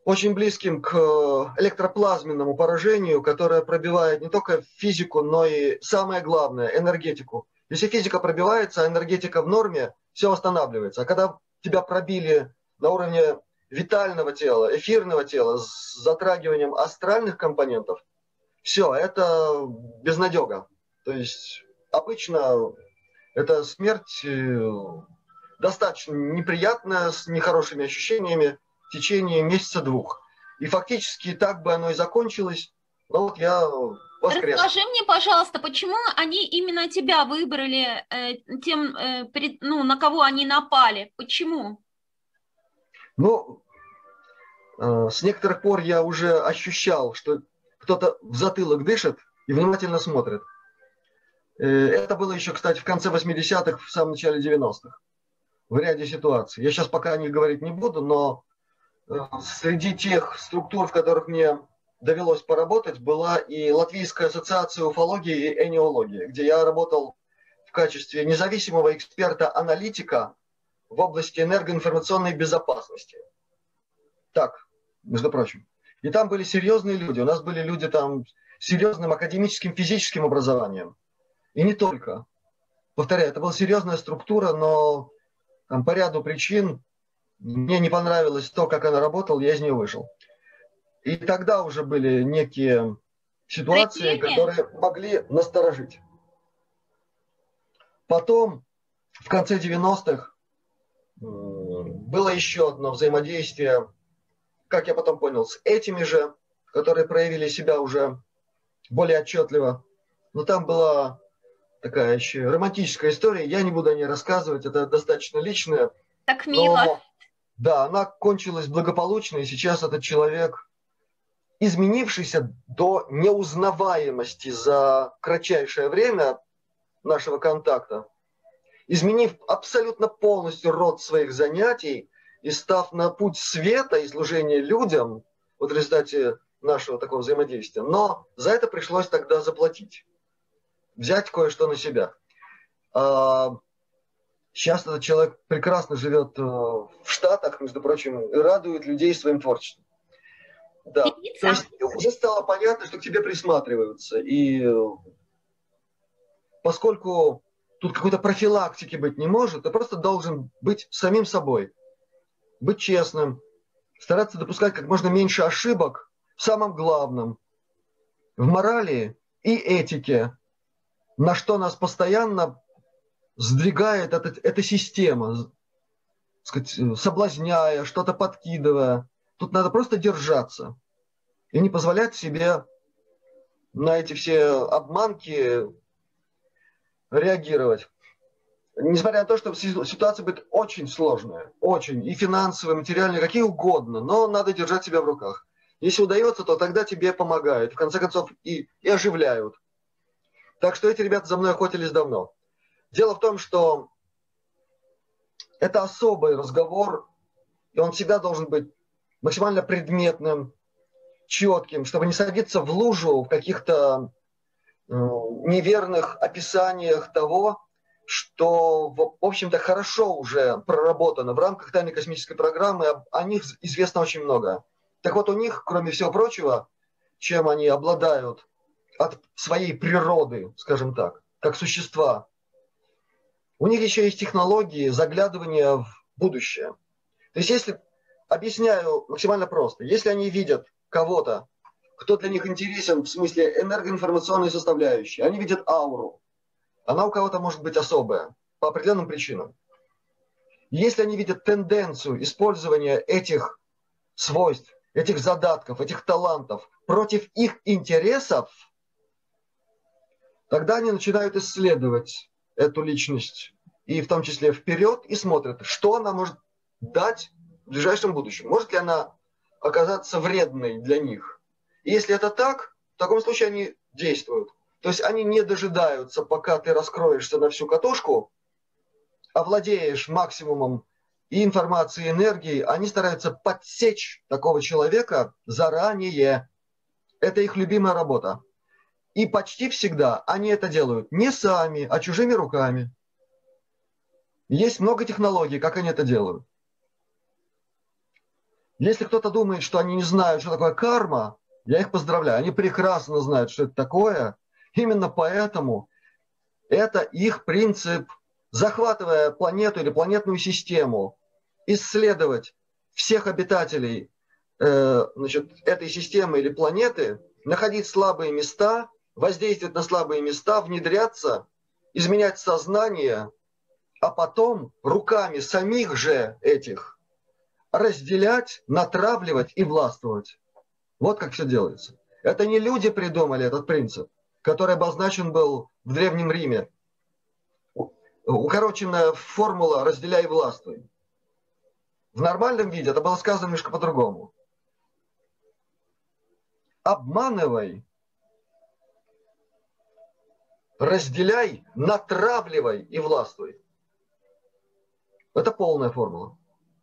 очень близким к электроплазменному поражению, которое пробивает не только физику, но и, самое главное, энергетику. Если физика пробивается, а энергетика в норме, все восстанавливается. А когда тебя пробили на уровне витального тела, эфирного тела, с затрагиванием астральных компонентов, все, это безнадега. То есть обычно это смерть достаточно неприятная, с нехорошими ощущениями в течение месяца-двух. И фактически так бы оно и закончилось, но вот я воскрес. Расскажи мне, пожалуйста, почему они именно тебя выбрали э, тем, э, перед, ну, на кого они напали? Почему? Ну, э, с некоторых пор я уже ощущал, что кто-то в затылок дышит и внимательно смотрит. Э, это было еще, кстати, в конце восьмидесятых, в самом начале девяностых. В ряде ситуаций. Я сейчас пока о них говорить не буду, но э, среди тех структур, в которых мне довелось поработать, была и Латвийская ассоциация уфологии и энеологии, где я работал в качестве независимого эксперта-аналитика в области энергоинформационной безопасности. Так, между прочим. И там были серьезные люди. У нас были люди там с серьезным академическим физическим образованием. И не только. Повторяю, это была серьезная структура, но там, по ряду причин мне не понравилось то, как она работала, я из нее вышел. И тогда уже были некие ситуации, которые могли насторожить. Потом, в конце девяностых, было еще одно взаимодействие, как я потом понял, с этими же, которые проявили себя уже более отчетливо. Но там была такая еще романтическая история, я не буду о ней рассказывать, это достаточно личное. Так мило. Но, да, она кончилась благополучно, и сейчас этот человек, изменившийся до неузнаваемости за кратчайшее время нашего контакта, изменив абсолютно полностью род своих занятий и став на путь света и служения людям, вот в результате нашего такого взаимодействия, но за это пришлось тогда заплатить, взять кое-что на себя. Сейчас этот человек прекрасно живет в Штатах, между прочим, и радует людей своим творчеством. Да. То есть уже стало понятно, что к тебе присматриваются. И поскольку тут какой-то профилактики быть не может, ты просто должен быть самим собой, быть честным, стараться допускать как можно меньше ошибок в самом главном, в морали и этике, на что нас постоянно сдвигает эта, эта система, сказать, соблазняя, что-то подкидывая. Тут надо просто держаться и не позволять себе на эти все обманки реагировать. Несмотря на то, что ситуация будет очень сложная, очень, и финансовая, и материальная, какие угодно, но надо держать себя в руках. Если удается, то тогда тебе помогают, в конце концов, и, и оживляют. Так что эти ребята за мной охотились давно. Дело в том, что это особый разговор, и он всегда должен быть максимально предметным, четким, чтобы не садиться в лужу в каких-то э, неверных описаниях того, что, в общем-то, хорошо уже проработано в рамках тайной космической программы, о них известно очень много. Так вот, у них, кроме всего прочего, чем они обладают от своей природы, скажем так, как существа, у них еще есть технологии заглядывания в будущее. То есть, если, объясняю максимально просто, если они видят кого-то, кто для них интересен в смысле энергоинформационной составляющей, они видят ауру, она у кого-то может быть особая, по определенным причинам. Если они видят тенденцию использования этих свойств, этих задатков, этих талантов против их интересов, тогда они начинают исследовать эту личность, и в том числе вперед, и смотрят, что она может дать в ближайшем будущем. Может ли она оказаться вредной для них? И если это так, в таком случае они действуют. То есть они не дожидаются, пока ты раскроешься на всю катушку, овладеешь максимумом и информации, и энергии, они стараются подсечь такого человека заранее. Это их любимая работа. И почти всегда они это делают не сами, а чужими руками. Есть много технологий, как они это делают. Если кто-то думает, что они не знают, что такое карма, я их поздравляю. Они прекрасно знают, что это такое. Именно поэтому это их принцип, захватывая планету или планетную систему, исследовать всех обитателей э, значит, этой системы или планеты, находить слабые места, воздействовать на слабые места, внедряться, изменять сознание, а потом руками самих же этих разделять, натравливать и властвовать. Вот как все делается. Это не люди придумали этот принцип, который обозначен был в Древнем Риме. Укороченная формула «разделяй и властвуй». В нормальном виде это было сказано немножко по-другому. Обманывай, разделяй, натравливай и властвуй. Это полная формула.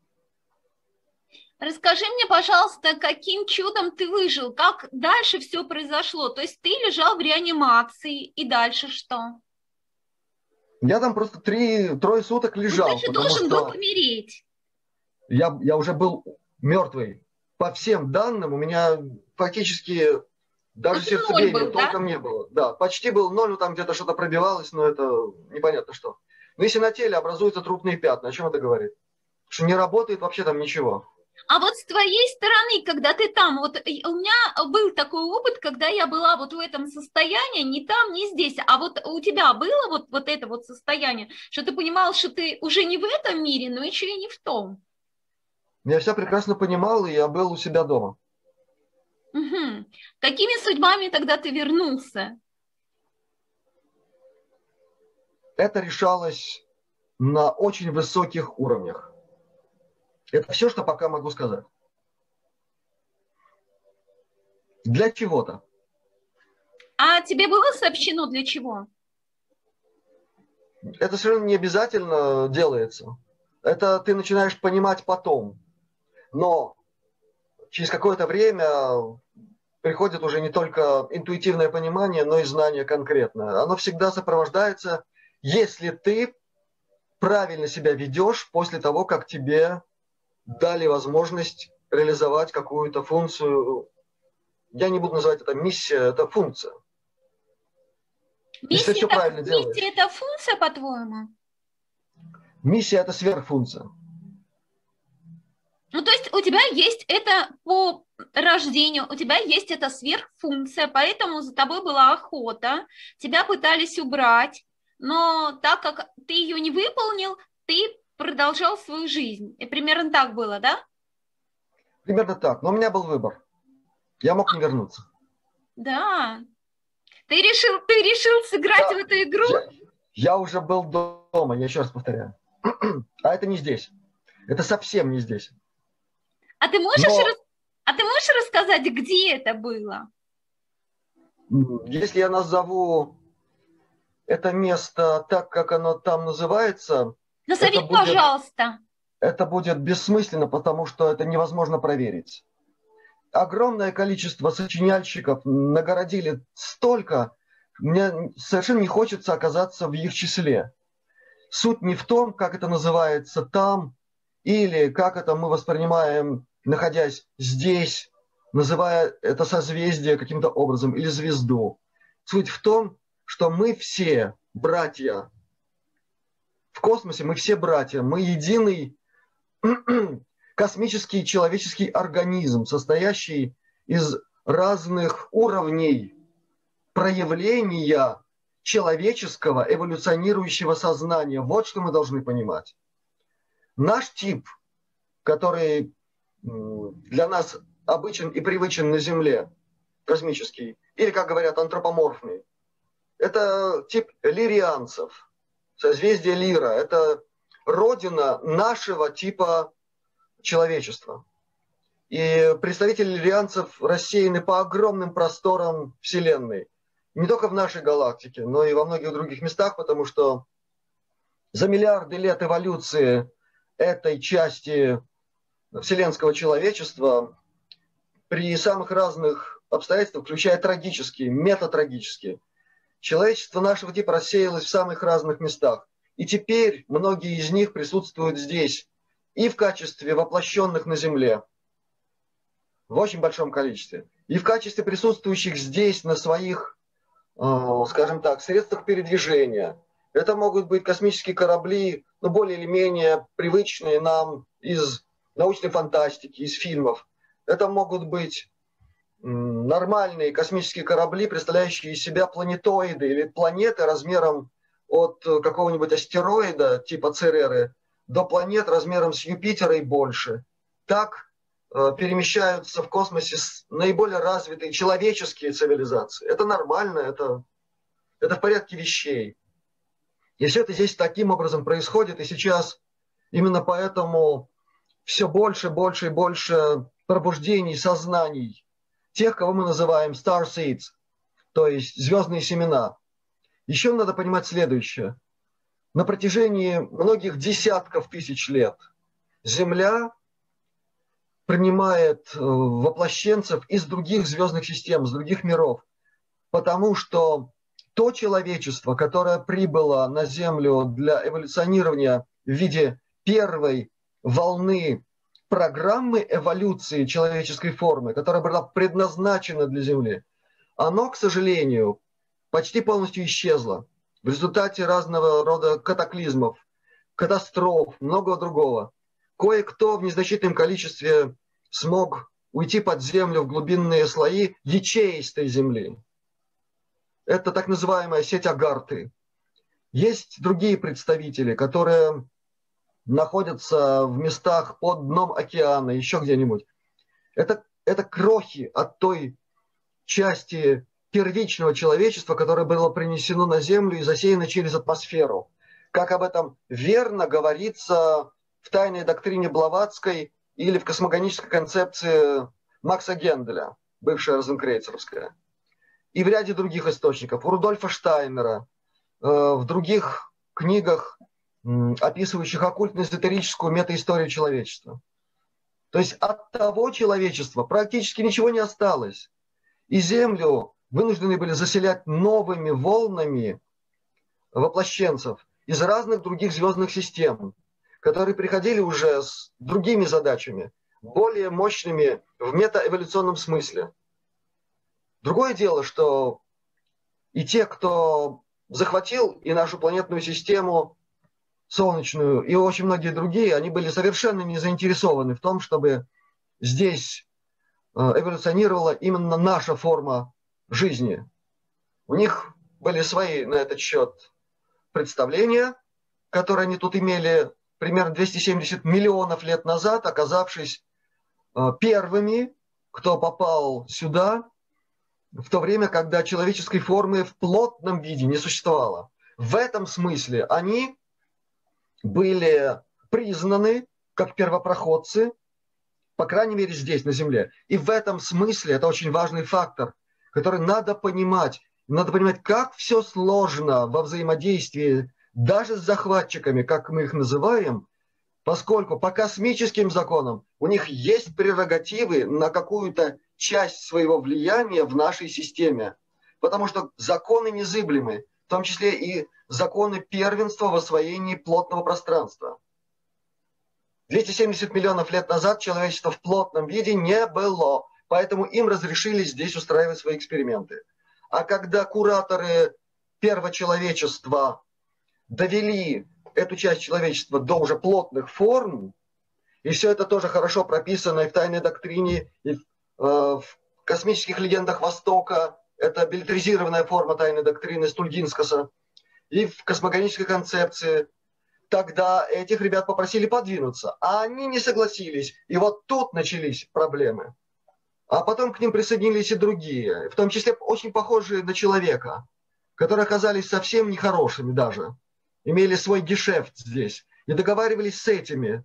Расскажи мне, пожалуйста, каким чудом ты выжил? Как дальше все произошло? То есть ты лежал в реанимации, и дальше что? Я там просто три, трое суток лежал. Ну, ты же должен был помереть. Я, я уже был мертвый. По всем данным у меня фактически даже сердцебиения толком да? не было. Да, почти был ноль, ну там где-то что-то пробивалось, но это непонятно что. Но если на теле образуются трупные пятна, о чем это говорит? Что не работает вообще там ничего. А вот с твоей стороны, когда ты там, вот у меня был такой опыт, когда я была вот в этом состоянии, не там, не здесь, а вот у тебя было вот, вот это вот состояние, что ты понимал, что ты уже не в этом мире, но еще и не в том. Я все прекрасно понимал, и я был у себя дома. Угу. Какими судьбами тогда ты вернулся? Это решалось на очень высоких уровнях. Это все, что пока могу сказать. Для чего-то. А тебе было сообщено для чего? Это совершенно не обязательно делается. Это ты начинаешь понимать потом. Но через какое-то время приходит уже не только интуитивное понимание, но и знание конкретное. Оно всегда сопровождается, если ты правильно себя ведешь после того, как тебе дали возможность реализовать какую-то функцию. Я не буду называть это миссия, это функция. Миссия, Если все это, правильно миссия делаешь. это функция, по-твоему? Миссия – это сверхфункция. Ну, то есть у тебя есть это по рождению, у тебя есть эта сверхфункция, поэтому за тобой была охота, тебя пытались убрать, но так как ты ее не выполнил, ты продолжал свою жизнь. И примерно так было, да? Примерно так. Но у меня был выбор. Я мог не вернуться. Да. Ты решил, ты решил сыграть Да. в эту игру? Я, я уже был дома, я еще раз повторяю. А это не здесь. Это совсем не здесь. А ты можешь, Но... рас... а ты можешь рассказать, где это было? Если я назову это место так, как оно там называется... Назови, это будет, пожалуйста. Это будет бессмысленно, потому что это невозможно проверить. Огромное количество сочиняльщиков нагородили столько, мне совершенно не хочется оказаться в их числе. Суть не в том, как это называется там, или как это мы воспринимаем, находясь здесь, называя это созвездие каким-то образом, или звезду. Суть в том, что мы все братья. В космосе мы все братья. Мы единый космический человеческий организм, состоящий из разных уровней проявления человеческого эволюционирующего сознания. Вот что мы должны понимать. Наш тип, который для нас обычен и привычен на Земле, космический, или, как говорят, антропоморфный, это тип лирианцев, созвездие Лира. Это родина нашего типа человечества. И представители лирианцев рассеяны по огромным просторам Вселенной. Не только в нашей галактике, но и во многих других местах, потому что за миллиарды лет эволюции этой части вселенского человечества при самых разных обстоятельствах, включая трагические, метатрагические, человечество нашего типа рассеялось в самых разных местах. И теперь многие из них присутствуют здесь и в качестве воплощенных на Земле, в очень большом количестве. И в качестве присутствующих здесь на своих, скажем так, средствах передвижения. Это могут быть космические корабли, ну, более или менее привычные нам из научной фантастики, из фильмов. Это могут быть нормальные космические корабли, представляющие из себя планетоиды или планеты размером от какого-нибудь астероида типа Цереры до планет размером с Юпитера и больше. Так э, перемещаются в космосе наиболее развитые человеческие цивилизации. Это нормально, это, это в порядке вещей. И все это здесь таким образом происходит, и сейчас именно поэтому все больше, больше и больше пробуждений, сознаний тех, кого мы называем star seeds, то есть звездные семена. Еще надо понимать следующее. На протяжении многих десятков тысяч лет Земля принимает воплощенцев из других звездных систем, из других миров, потому что то человечество, которое прибыло на Землю для эволюционирования в виде первой волны программы эволюции человеческой формы, которая была предназначена для Земли, оно, к сожалению, почти полностью исчезло в результате разного рода катаклизмов, катастроф, многого другого. Кое-кто в незначительном количестве смог уйти под землю в глубинные слои ячеистой земли. Это так называемая сеть Агарты. Есть другие представители, которые находятся в местах под дном океана, еще где-нибудь. Это, это крохи от той части первичного человечества, которое было принесено на Землю и засеяно через атмосферу. Как об этом верно говорится в тайной доктрине Блаватской или в космогонической концепции Макса Генделя, бывшая розенкрейцеровская. И в ряде других источников. У Рудольфа Штайнера, э, в других книгах, э, описывающих оккультно-эзотерическую метаисторию человечества. То есть от того человечества практически ничего не осталось. И Землю вынуждены были заселять новыми волнами воплощенцев из разных других звездных систем, которые приходили уже с другими задачами, более мощными в метаэволюционном смысле. Другое дело, что и те, кто захватил и нашу планетную систему солнечную, и очень многие другие, они были совершенно не заинтересованы в том, чтобы здесь эволюционировала именно наша форма жизни. У них были свои на этот счет представления, которые они тут имели примерно двести семьдесят миллионов лет назад, оказавшись первыми, кто попал сюда, в то время, когда человеческой формы в плотном виде не существовало. В этом смысле они были признаны как первопроходцы, по крайней мере здесь, на Земле. И в этом смысле это очень важный фактор, который надо понимать. Надо понимать, как все сложно во взаимодействии даже с захватчиками, как мы их называем, поскольку по космическим законам у них есть прерогативы на какую-то часть своего влияния в нашей системе. Потому что законы незыблемы, в том числе и законы первенства в освоении плотного пространства. двести семьдесят миллионов лет назад человечество в плотном виде не было, поэтому им разрешили здесь устраивать свои эксперименты. А когда кураторы первочеловечества довели эту часть человечества до уже плотных форм, и все это тоже хорошо прописано и в тайной доктрине, и в, э, в космических легендах Востока, это билетризированная форма тайной доктрины Стульгинскаса, и в космогонической концепции, тогда этих ребят попросили подвинуться, а они не согласились. И вот тут начались проблемы. А потом к ним присоединились и другие, в том числе очень похожие на человека, которые оказались совсем нехорошими даже, имели свой гешефт здесь и договаривались с этими.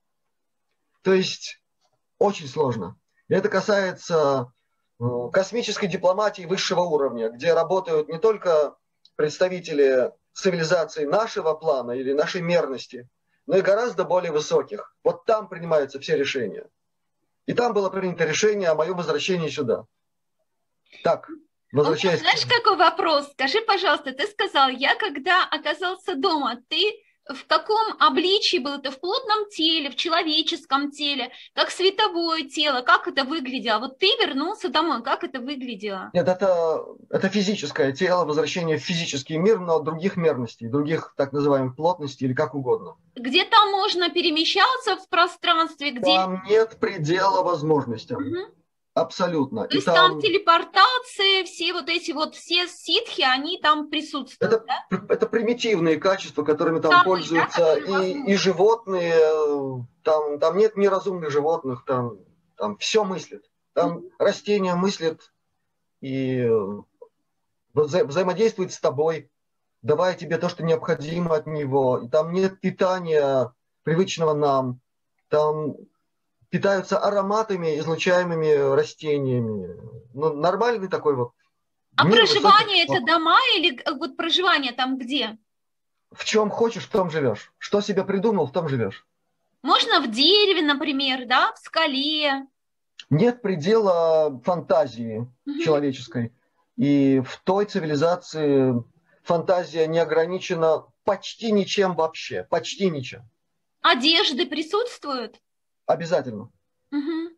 То есть очень сложно. И это касается космической дипломатии высшего уровня, где работают не только представители цивилизации нашего плана или нашей мерности, но и гораздо более высоких. Вот там принимаются все решения. И там было принято решение о моем возвращении сюда. Так, возвращаясь... Знаешь, какой вопрос? Скажи, пожалуйста, ты сказал, я когда оказался дома, ты в каком обличии был это, в плотном теле, в человеческом теле, как световое тело, как это выглядело? Вот ты вернулся домой, как это выглядело? Нет, это, это физическое тело, возвращение в физический мир, но других мерностей, других так называемых плотностей или как угодно. Где там можно перемещаться в пространстве, где... Там нет предела возможностям. Мгм. Абсолютно. То И есть там там телепортация, все вот эти вот, все ситхи, они там присутствуют, это, да? это примитивные качества, которыми там Самые, да, пользуются которые и, и возможны. животные. Там, там нет неразумных животных, там, там все мыслит. Там Мгм. растения мыслят и вза взаимодействует с тобой, давая тебе то, что необходимо от него. И там нет питания, привычного нам. Там питаются ароматами, излучаемыми растениями. Ну, нормальный такой вот А мир высоких проживание это технологий. дома или г- вот проживание там где? В чем хочешь, в том живешь. Что себе придумал, в том живешь. Можно в дереве, например, да, в скале. Нет предела фантазии Мгм. человеческой. И в той цивилизации фантазия не ограничена почти ничем вообще. Почти ничем. Одежды присутствуют? Обязательно. Мгм.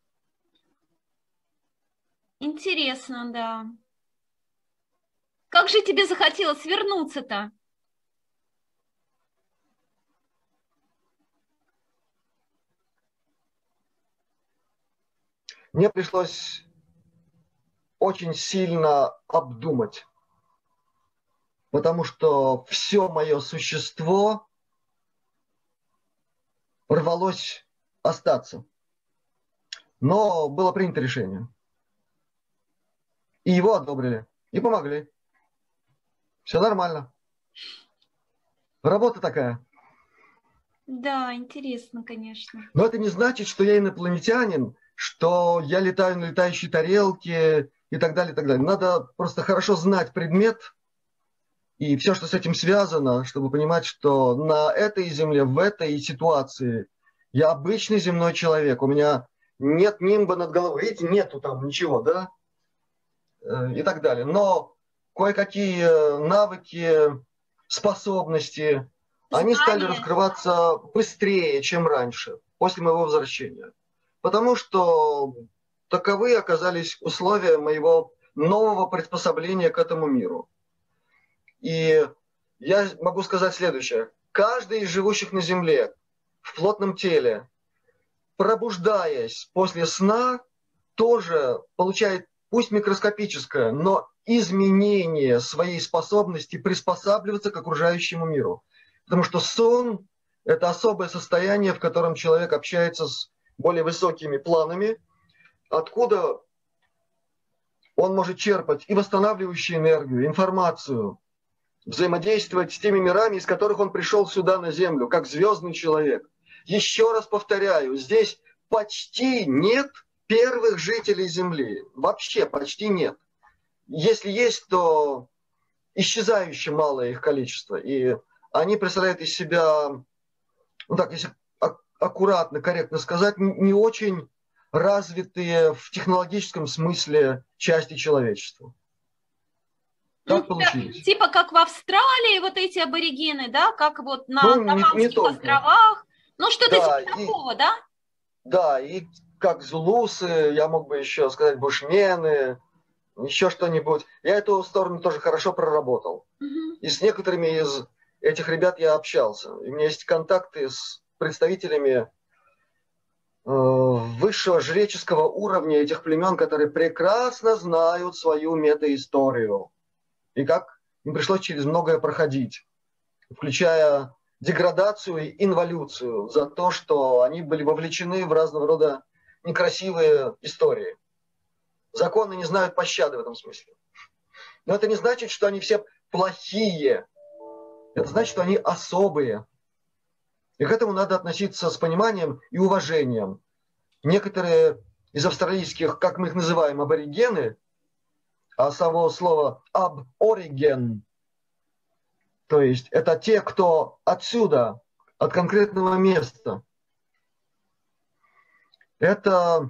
Интересно, да. Как же тебе захотелось вернуться-то? Мне пришлось очень сильно обдумать, потому что все мое существо рвалось остаться. Но было принято решение. И его одобрили. И помогли. Все нормально. Работа такая. Да, интересно, конечно. Но это не значит, что я инопланетянин, что я летаю на летающей тарелке и так далее, и так далее. Надо просто хорошо знать предмет и все, что с этим связано, чтобы понимать, что на этой земле, в этой ситуации я обычный земной человек. У меня нет нимба над головой. Видите, нету там ничего, да? Э, И так далее. Но кое-какие навыки, способности, они стали Знание. раскрываться быстрее, чем раньше, после моего возвращения. Потому что таковы оказались условия моего нового приспособления к этому миру. И я могу сказать следующее. Каждый из живущих на Земле в плотном теле, пробуждаясь после сна, тоже получает, пусть микроскопическое, но изменение своей способности приспосабливаться к окружающему миру. Потому что сон – это особое состояние, в котором человек общается с более высокими планами, откуда он может черпать и восстанавливающую энергию, информацию, взаимодействовать с теми мирами, из которых он пришел сюда на Землю, как звездный человек. Еще раз повторяю, здесь почти нет первых жителей Земли. Вообще почти нет. Если есть, то исчезающе малое их количество. И они представляют из себя, ну так, если аккуратно, корректно сказать, не очень развитые в технологическом смысле части человечества. Ну, Так типа, получилось. типа как в Австралии вот эти аборигены, да, как вот на Ну, не, не Гавайских только. островах. Ну, что-то Да, типа и, такого, да? да, и как зулусы, я мог бы еще сказать бушмены, еще что-нибудь. Я эту сторону тоже хорошо проработал. Мгм. И с некоторыми из этих ребят я общался. И у меня есть контакты с представителями э, высшего жреческого уровня этих племен, которые прекрасно знают свою метаисторию. И как им пришлось через многое проходить, включая деградацию и инволюцию за то, что они были вовлечены в разного рода некрасивые истории. Законы не знают пощады в этом смысле. Но это не значит, что они все плохие. Это значит, что они особые. И к этому надо относиться с пониманием и уважением. Некоторые из австралийских, как мы их называем, аборигены, а самого слова абориген, то есть это те, кто отсюда, от конкретного места. Это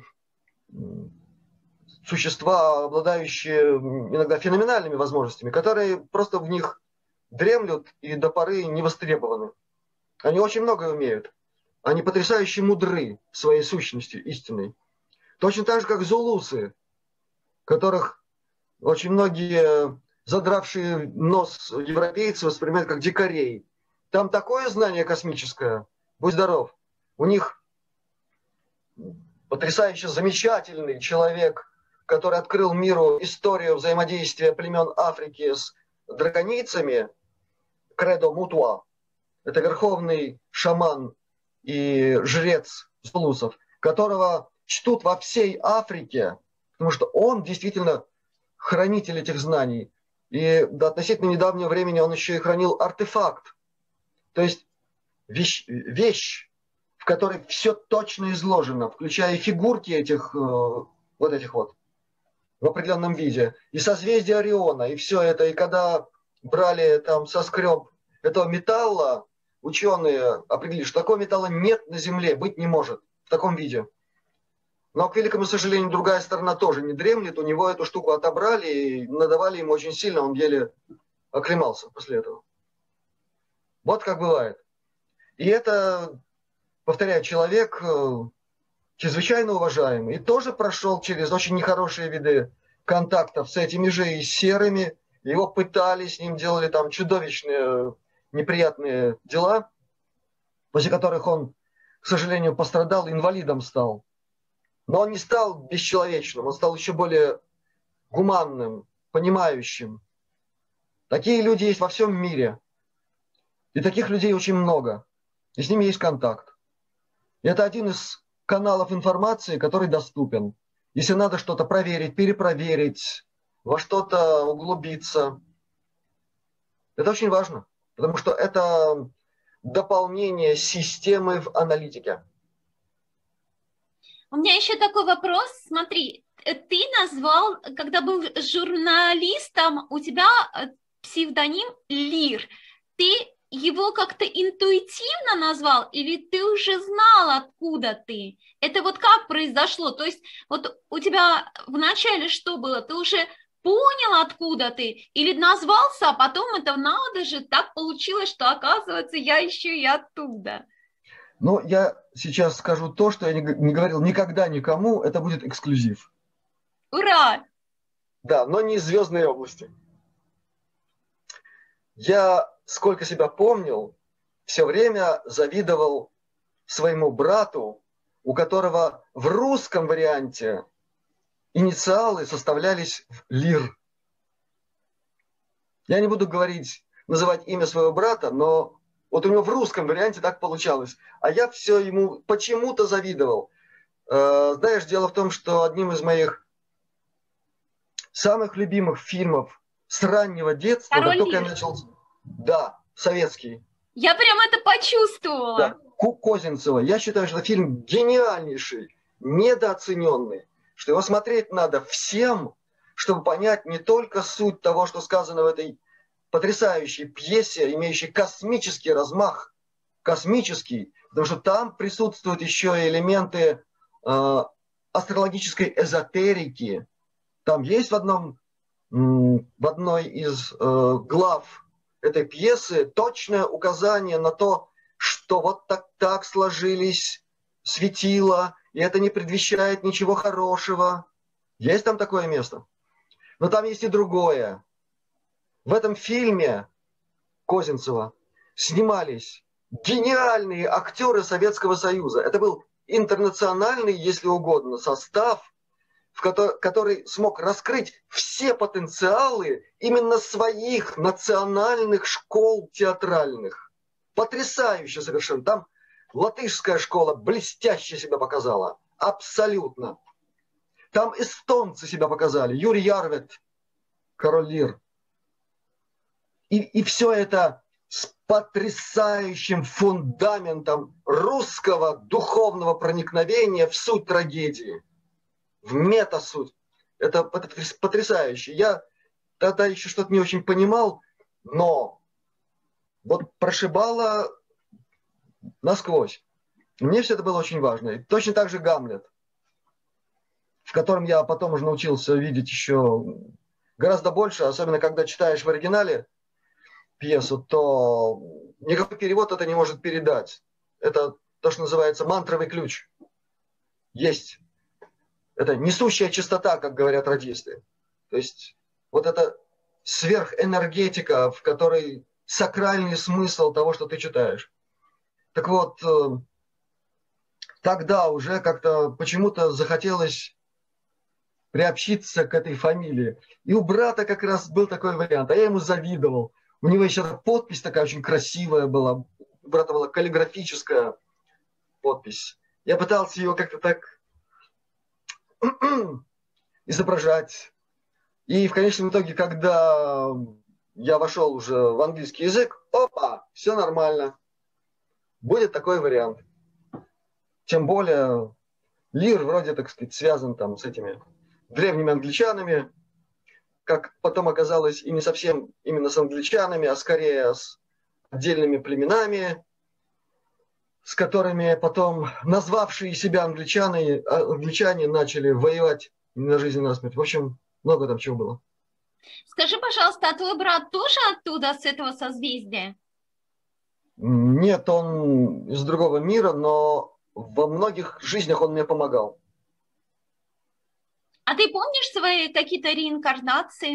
существа, обладающие иногда феноменальными возможностями, которые просто в них дремлют и до поры не востребованы. Они очень многое умеют. Они потрясающе мудры в своей сущности истинной. Точно так же, как зулусы, которых очень многие задравшие нос европейцы воспринимают как дикарей. Там такое знание космическое, будь здоров. У них потрясающе замечательный человек, который открыл миру историю взаимодействия племен Африки с драконицами, Кредо Мутуа. Это верховный шаман и жрец зулусов, которого чтут во всей Африке, потому что он действительно хранитель этих знаний. И до относительно недавнего времени он еще и хранил артефакт, то есть вещь, вещь в которой все точно изложено, включая фигурки этих вот этих вот в определенном виде, и созвездие Ориона, и все это. И когда брали там соскреб этого металла, ученые определили, что такого металла нет на Земле, быть не может в таком виде. Но, к великому сожалению, другая сторона тоже не дремлет. У него эту штуку отобрали и надавали ему очень сильно, он еле оклемался после этого. Вот как бывает. И это, повторяю, человек чрезвычайно уважаемый и тоже прошел через очень нехорошие виды контактов с этими же и серыми. Его пытали, с ним делали там чудовищные неприятные дела, после которых он, к сожалению, пострадал, инвалидом стал. Но он не стал бесчеловечным, он стал еще более гуманным, понимающим. Такие люди есть во всем мире. И таких людей очень много. И с ними есть контакт. И это один из каналов информации, который доступен. Если надо что-то проверить, перепроверить, во что-то углубиться. Это очень важно, потому что это дополнение системы в аналитике. У меня еще такой вопрос. Смотри, ты назвал, когда был журналистом, у тебя псевдоним Лир. Ты его как-то интуитивно назвал или ты уже знал, откуда ты? Это вот как произошло? То есть вот у тебя вначале что было? Ты уже понял, откуда ты? Или назвался, а потом это надо же, так получилось, что оказывается я еще и оттуда? Ну, я сейчас скажу то, что я не, не говорил никогда никому, это будет эксклюзив. Ура! Да, но не из звездной области. Я, сколько себя помнил, все время завидовал своему брату, у которого в русском варианте инициалы составлялись в Лир. Я не буду говорить, называть имя своего брата, но вот у него в русском варианте так получалось. А я все ему почему-то завидовал. Знаешь, дело в том, что одним из моих самых любимых фильмов с раннего детства, Король как только Лир. я начал... Да, советский. Я прям это почувствовала. Да, Козинцева. Я считаю, что это фильм гениальнейший, недооцененный, что его смотреть надо всем, чтобы понять не только суть того, что сказано в этой потрясающей пьесе, имеющей космический размах, космический, потому что там присутствуют еще элементы э, астрологической эзотерики. Там есть в одном, в одной из э, глав этой пьесы точное указание на то, что вот так, так сложились светила, и это не предвещает ничего хорошего. Есть там такое место. Но там есть и другое. В этом фильме Козинцева снимались гениальные актеры Советского Союза. Это был интернациональный, если угодно, состав, в который, который смог раскрыть все потенциалы именно своих национальных школ театральных. Потрясающе совершенно. Там латышская школа блестяще себя показала. Абсолютно. Там эстонцы себя показали. Юрий Ярвет, Король Лир. И, и все это с потрясающим фундаментом русского духовного проникновения в суть трагедии, в метасуть. Это, это потрясающе. Я тогда еще что-то не очень понимал, но вот прошибало насквозь. И мне все это было очень важно. И точно так же Гамлет, в котором я потом уже научился видеть еще гораздо больше, особенно когда читаешь в оригинале. пьесу, то никакой перевод это не может передать. Это то, что называется мантровый ключ. Есть. Это несущая частота, как говорят радисты. То есть вот это сверхэнергетика, в которой сакральный смысл того, что ты читаешь. Так вот, тогда уже как-то почему-то захотелось приобщиться к этой фамилии. И у брата как раз был такой вариант, а я ему завидовал. У него еще подпись такая очень красивая была. У брата была каллиграфическая подпись. Я пытался ее как-то так изображать. И в конечном итоге, когда я вошел уже в английский язык, опа, все нормально. Будет такой вариант. Тем более Лир вроде, так сказать, связан там с этими древними англичанами, как потом оказалось, и не совсем именно с англичанами, а скорее с отдельными племенами, с которыми потом назвавшие себя англичане, англичане начали воевать на жизнь и на смерть. В общем, много там чего было. Скажи, пожалуйста, а твой брат тоже оттуда, с этого созвездия? Нет, он из другого мира, но во многих жизнях он мне помогал. А ты помнишь свои какие-то реинкарнации?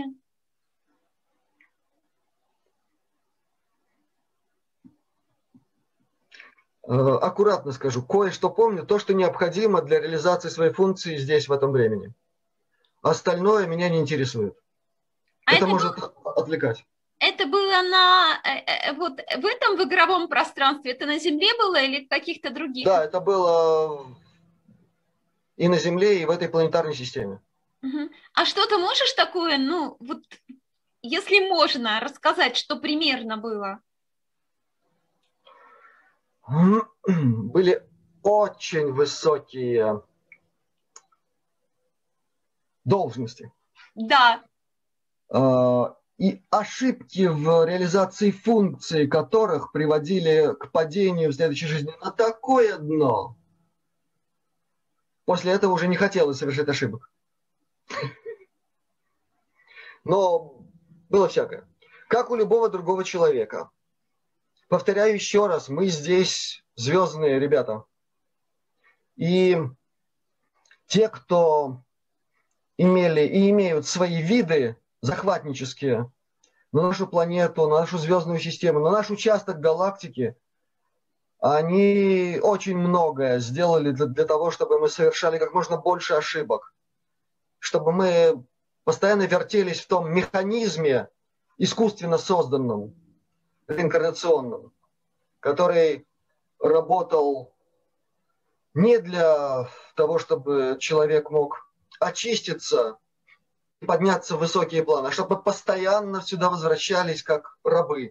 Аккуратно скажу, кое-что помню, то, что необходимо для реализации своей функции здесь, в этом времени. Остальное меня не интересует. А это, это может был... отвлекать. Это было на вот в этом в игровом пространстве? Это на Земле было или в каких-то других? Да, это было и на Земле, и в этой планетарной системе. Угу. А что ты можешь такое, ну, вот, если можно, рассказать, что примерно было? Были очень высокие должности. Да. И ошибки в реализации функций которых приводили к падению в следующей жизни на такое дно. После этого уже не хотелось совершать ошибок. Но было всякое. Как у любого другого человека. Повторяю еще раз, мы здесь звездные ребята. И те, кто имели и имеют свои виды захватнические на нашу планету, на нашу звездную систему, на наш участок галактики, они очень многое сделали для, для того, чтобы мы совершали как можно больше ошибок, чтобы мы постоянно вертелись в том механизме искусственно созданном, реинкарнационном, который работал не для того, чтобы человек мог очиститься и подняться в высокие планы, а чтобы постоянно сюда возвращались как рабы.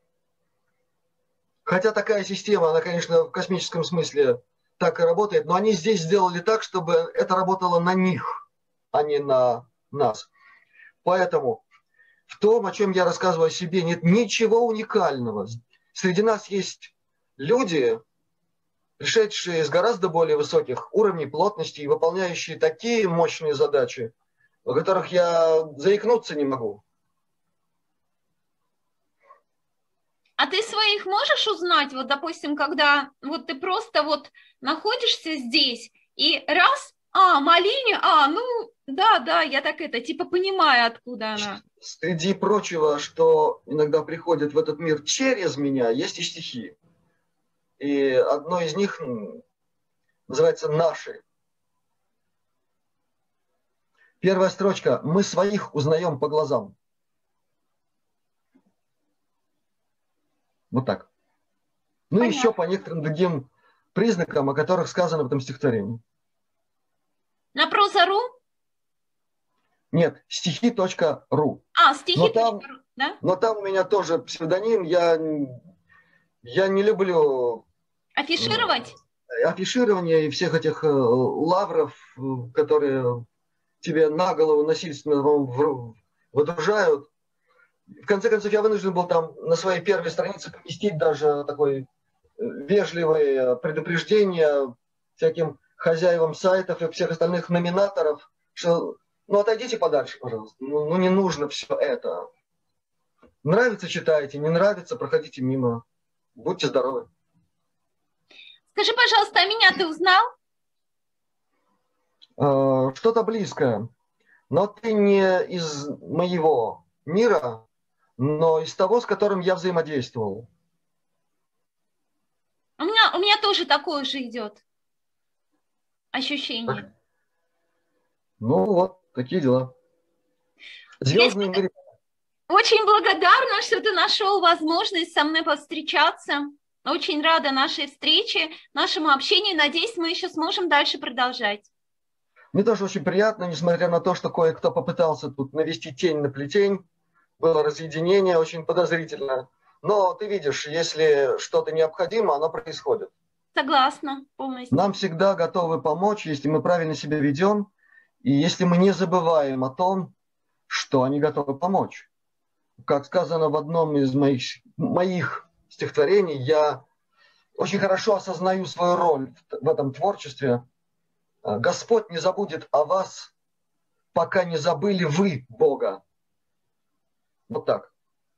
Хотя такая система, она, конечно, в космическом смысле так и работает, но они здесь сделали так, чтобы это работало на них, а не на нас. Поэтому в том, о чем я рассказываю о себе, нет ничего уникального. Среди нас есть люди, пришедшие из гораздо более высоких уровней плотности и выполняющие такие мощные задачи, о которых я заикнуться не могу. А ты своих можешь узнать, вот, допустим, когда вот ты просто вот находишься здесь, и раз, а, Малиня, а, ну, да, да, я так это, типа понимаю, откуда она. Среди прочего, что иногда приходит в этот мир через меня, есть и стихи. И одно из них называется «Наши». Первая строчка. Мы своих узнаем по глазам. Вот так. Ну и еще по некоторым другим признакам, о которых сказано в этом стихотворении. На проза.ру? Нет, стихи точка ру. А, стихи точка ру, да? Но там у меня тоже псевдоним. Я, я не люблю... Афишировать? Афиширование и всех этих лавров, которые тебе на голову насильственно выдружают. В конце концов, я вынужден был там на своей первой странице поместить даже такое вежливое предупреждение всяким хозяевам сайтов и всех остальных номинаторов, что ну отойдите подальше, пожалуйста, ну, ну не нужно все это. Нравится — читайте, не нравится — проходите мимо. Будьте здоровы. Скажи, пожалуйста, а меня ты узнал? Э, Что-то близкое. Но ты не из моего мира, но из того, с которым я взаимодействовал. У меня, у меня тоже такое же идет ощущение. Ну вот, такие дела. Звездные моря. Очень благодарна, что ты нашел возможность со мной повстречаться. Очень рада нашей встрече, нашему общению. Надеюсь, мы еще сможем дальше продолжать. Мне тоже очень приятно, несмотря на то, что кое-кто попытался тут навести тень на плетень. Было разъединение, очень подозрительно. Но ты видишь, если что-то необходимо, оно происходит. Согласна полностью. Нам всегда готовы помочь, если мы правильно себя ведем, и если мы не забываем о том, что они готовы помочь. Как сказано в одном из моих, моих стихотворений, я очень хорошо осознаю свою роль в этом творчестве. Господь не забудет о вас, пока не забыли вы Бога. Вот так.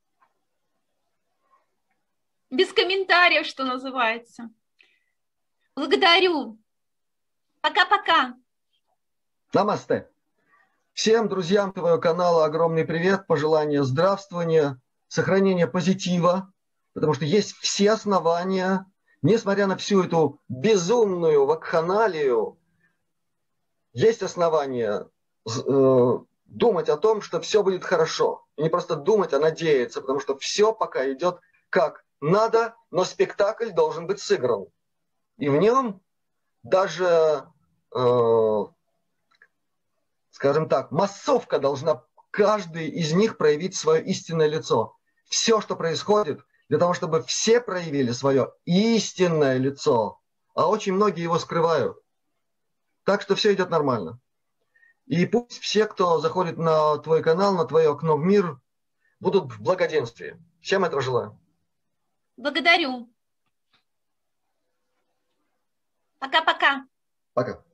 Без комментариев, что называется. Благодарю. Пока-пока. Намасте. Всем друзьям твоего канала огромный привет, пожелания здравствования, сохранения позитива, потому что есть все основания, несмотря на всю эту безумную вакханалию, есть основания э, думать о том, что все будет хорошо. И не просто думать, а надеяться, потому что все пока идет как надо, но спектакль должен быть сыгран. И в нем даже... Э, скажем так, массовка должна, каждый из них проявить свое истинное лицо. Все, что происходит, для того, чтобы все проявили свое истинное лицо, а очень многие его скрывают. Так что все идет нормально. И пусть все, кто заходит на твой канал, на твое окно в мир, будут в благоденствии. Всем этого желаю. Благодарю. Пока-пока. Пока.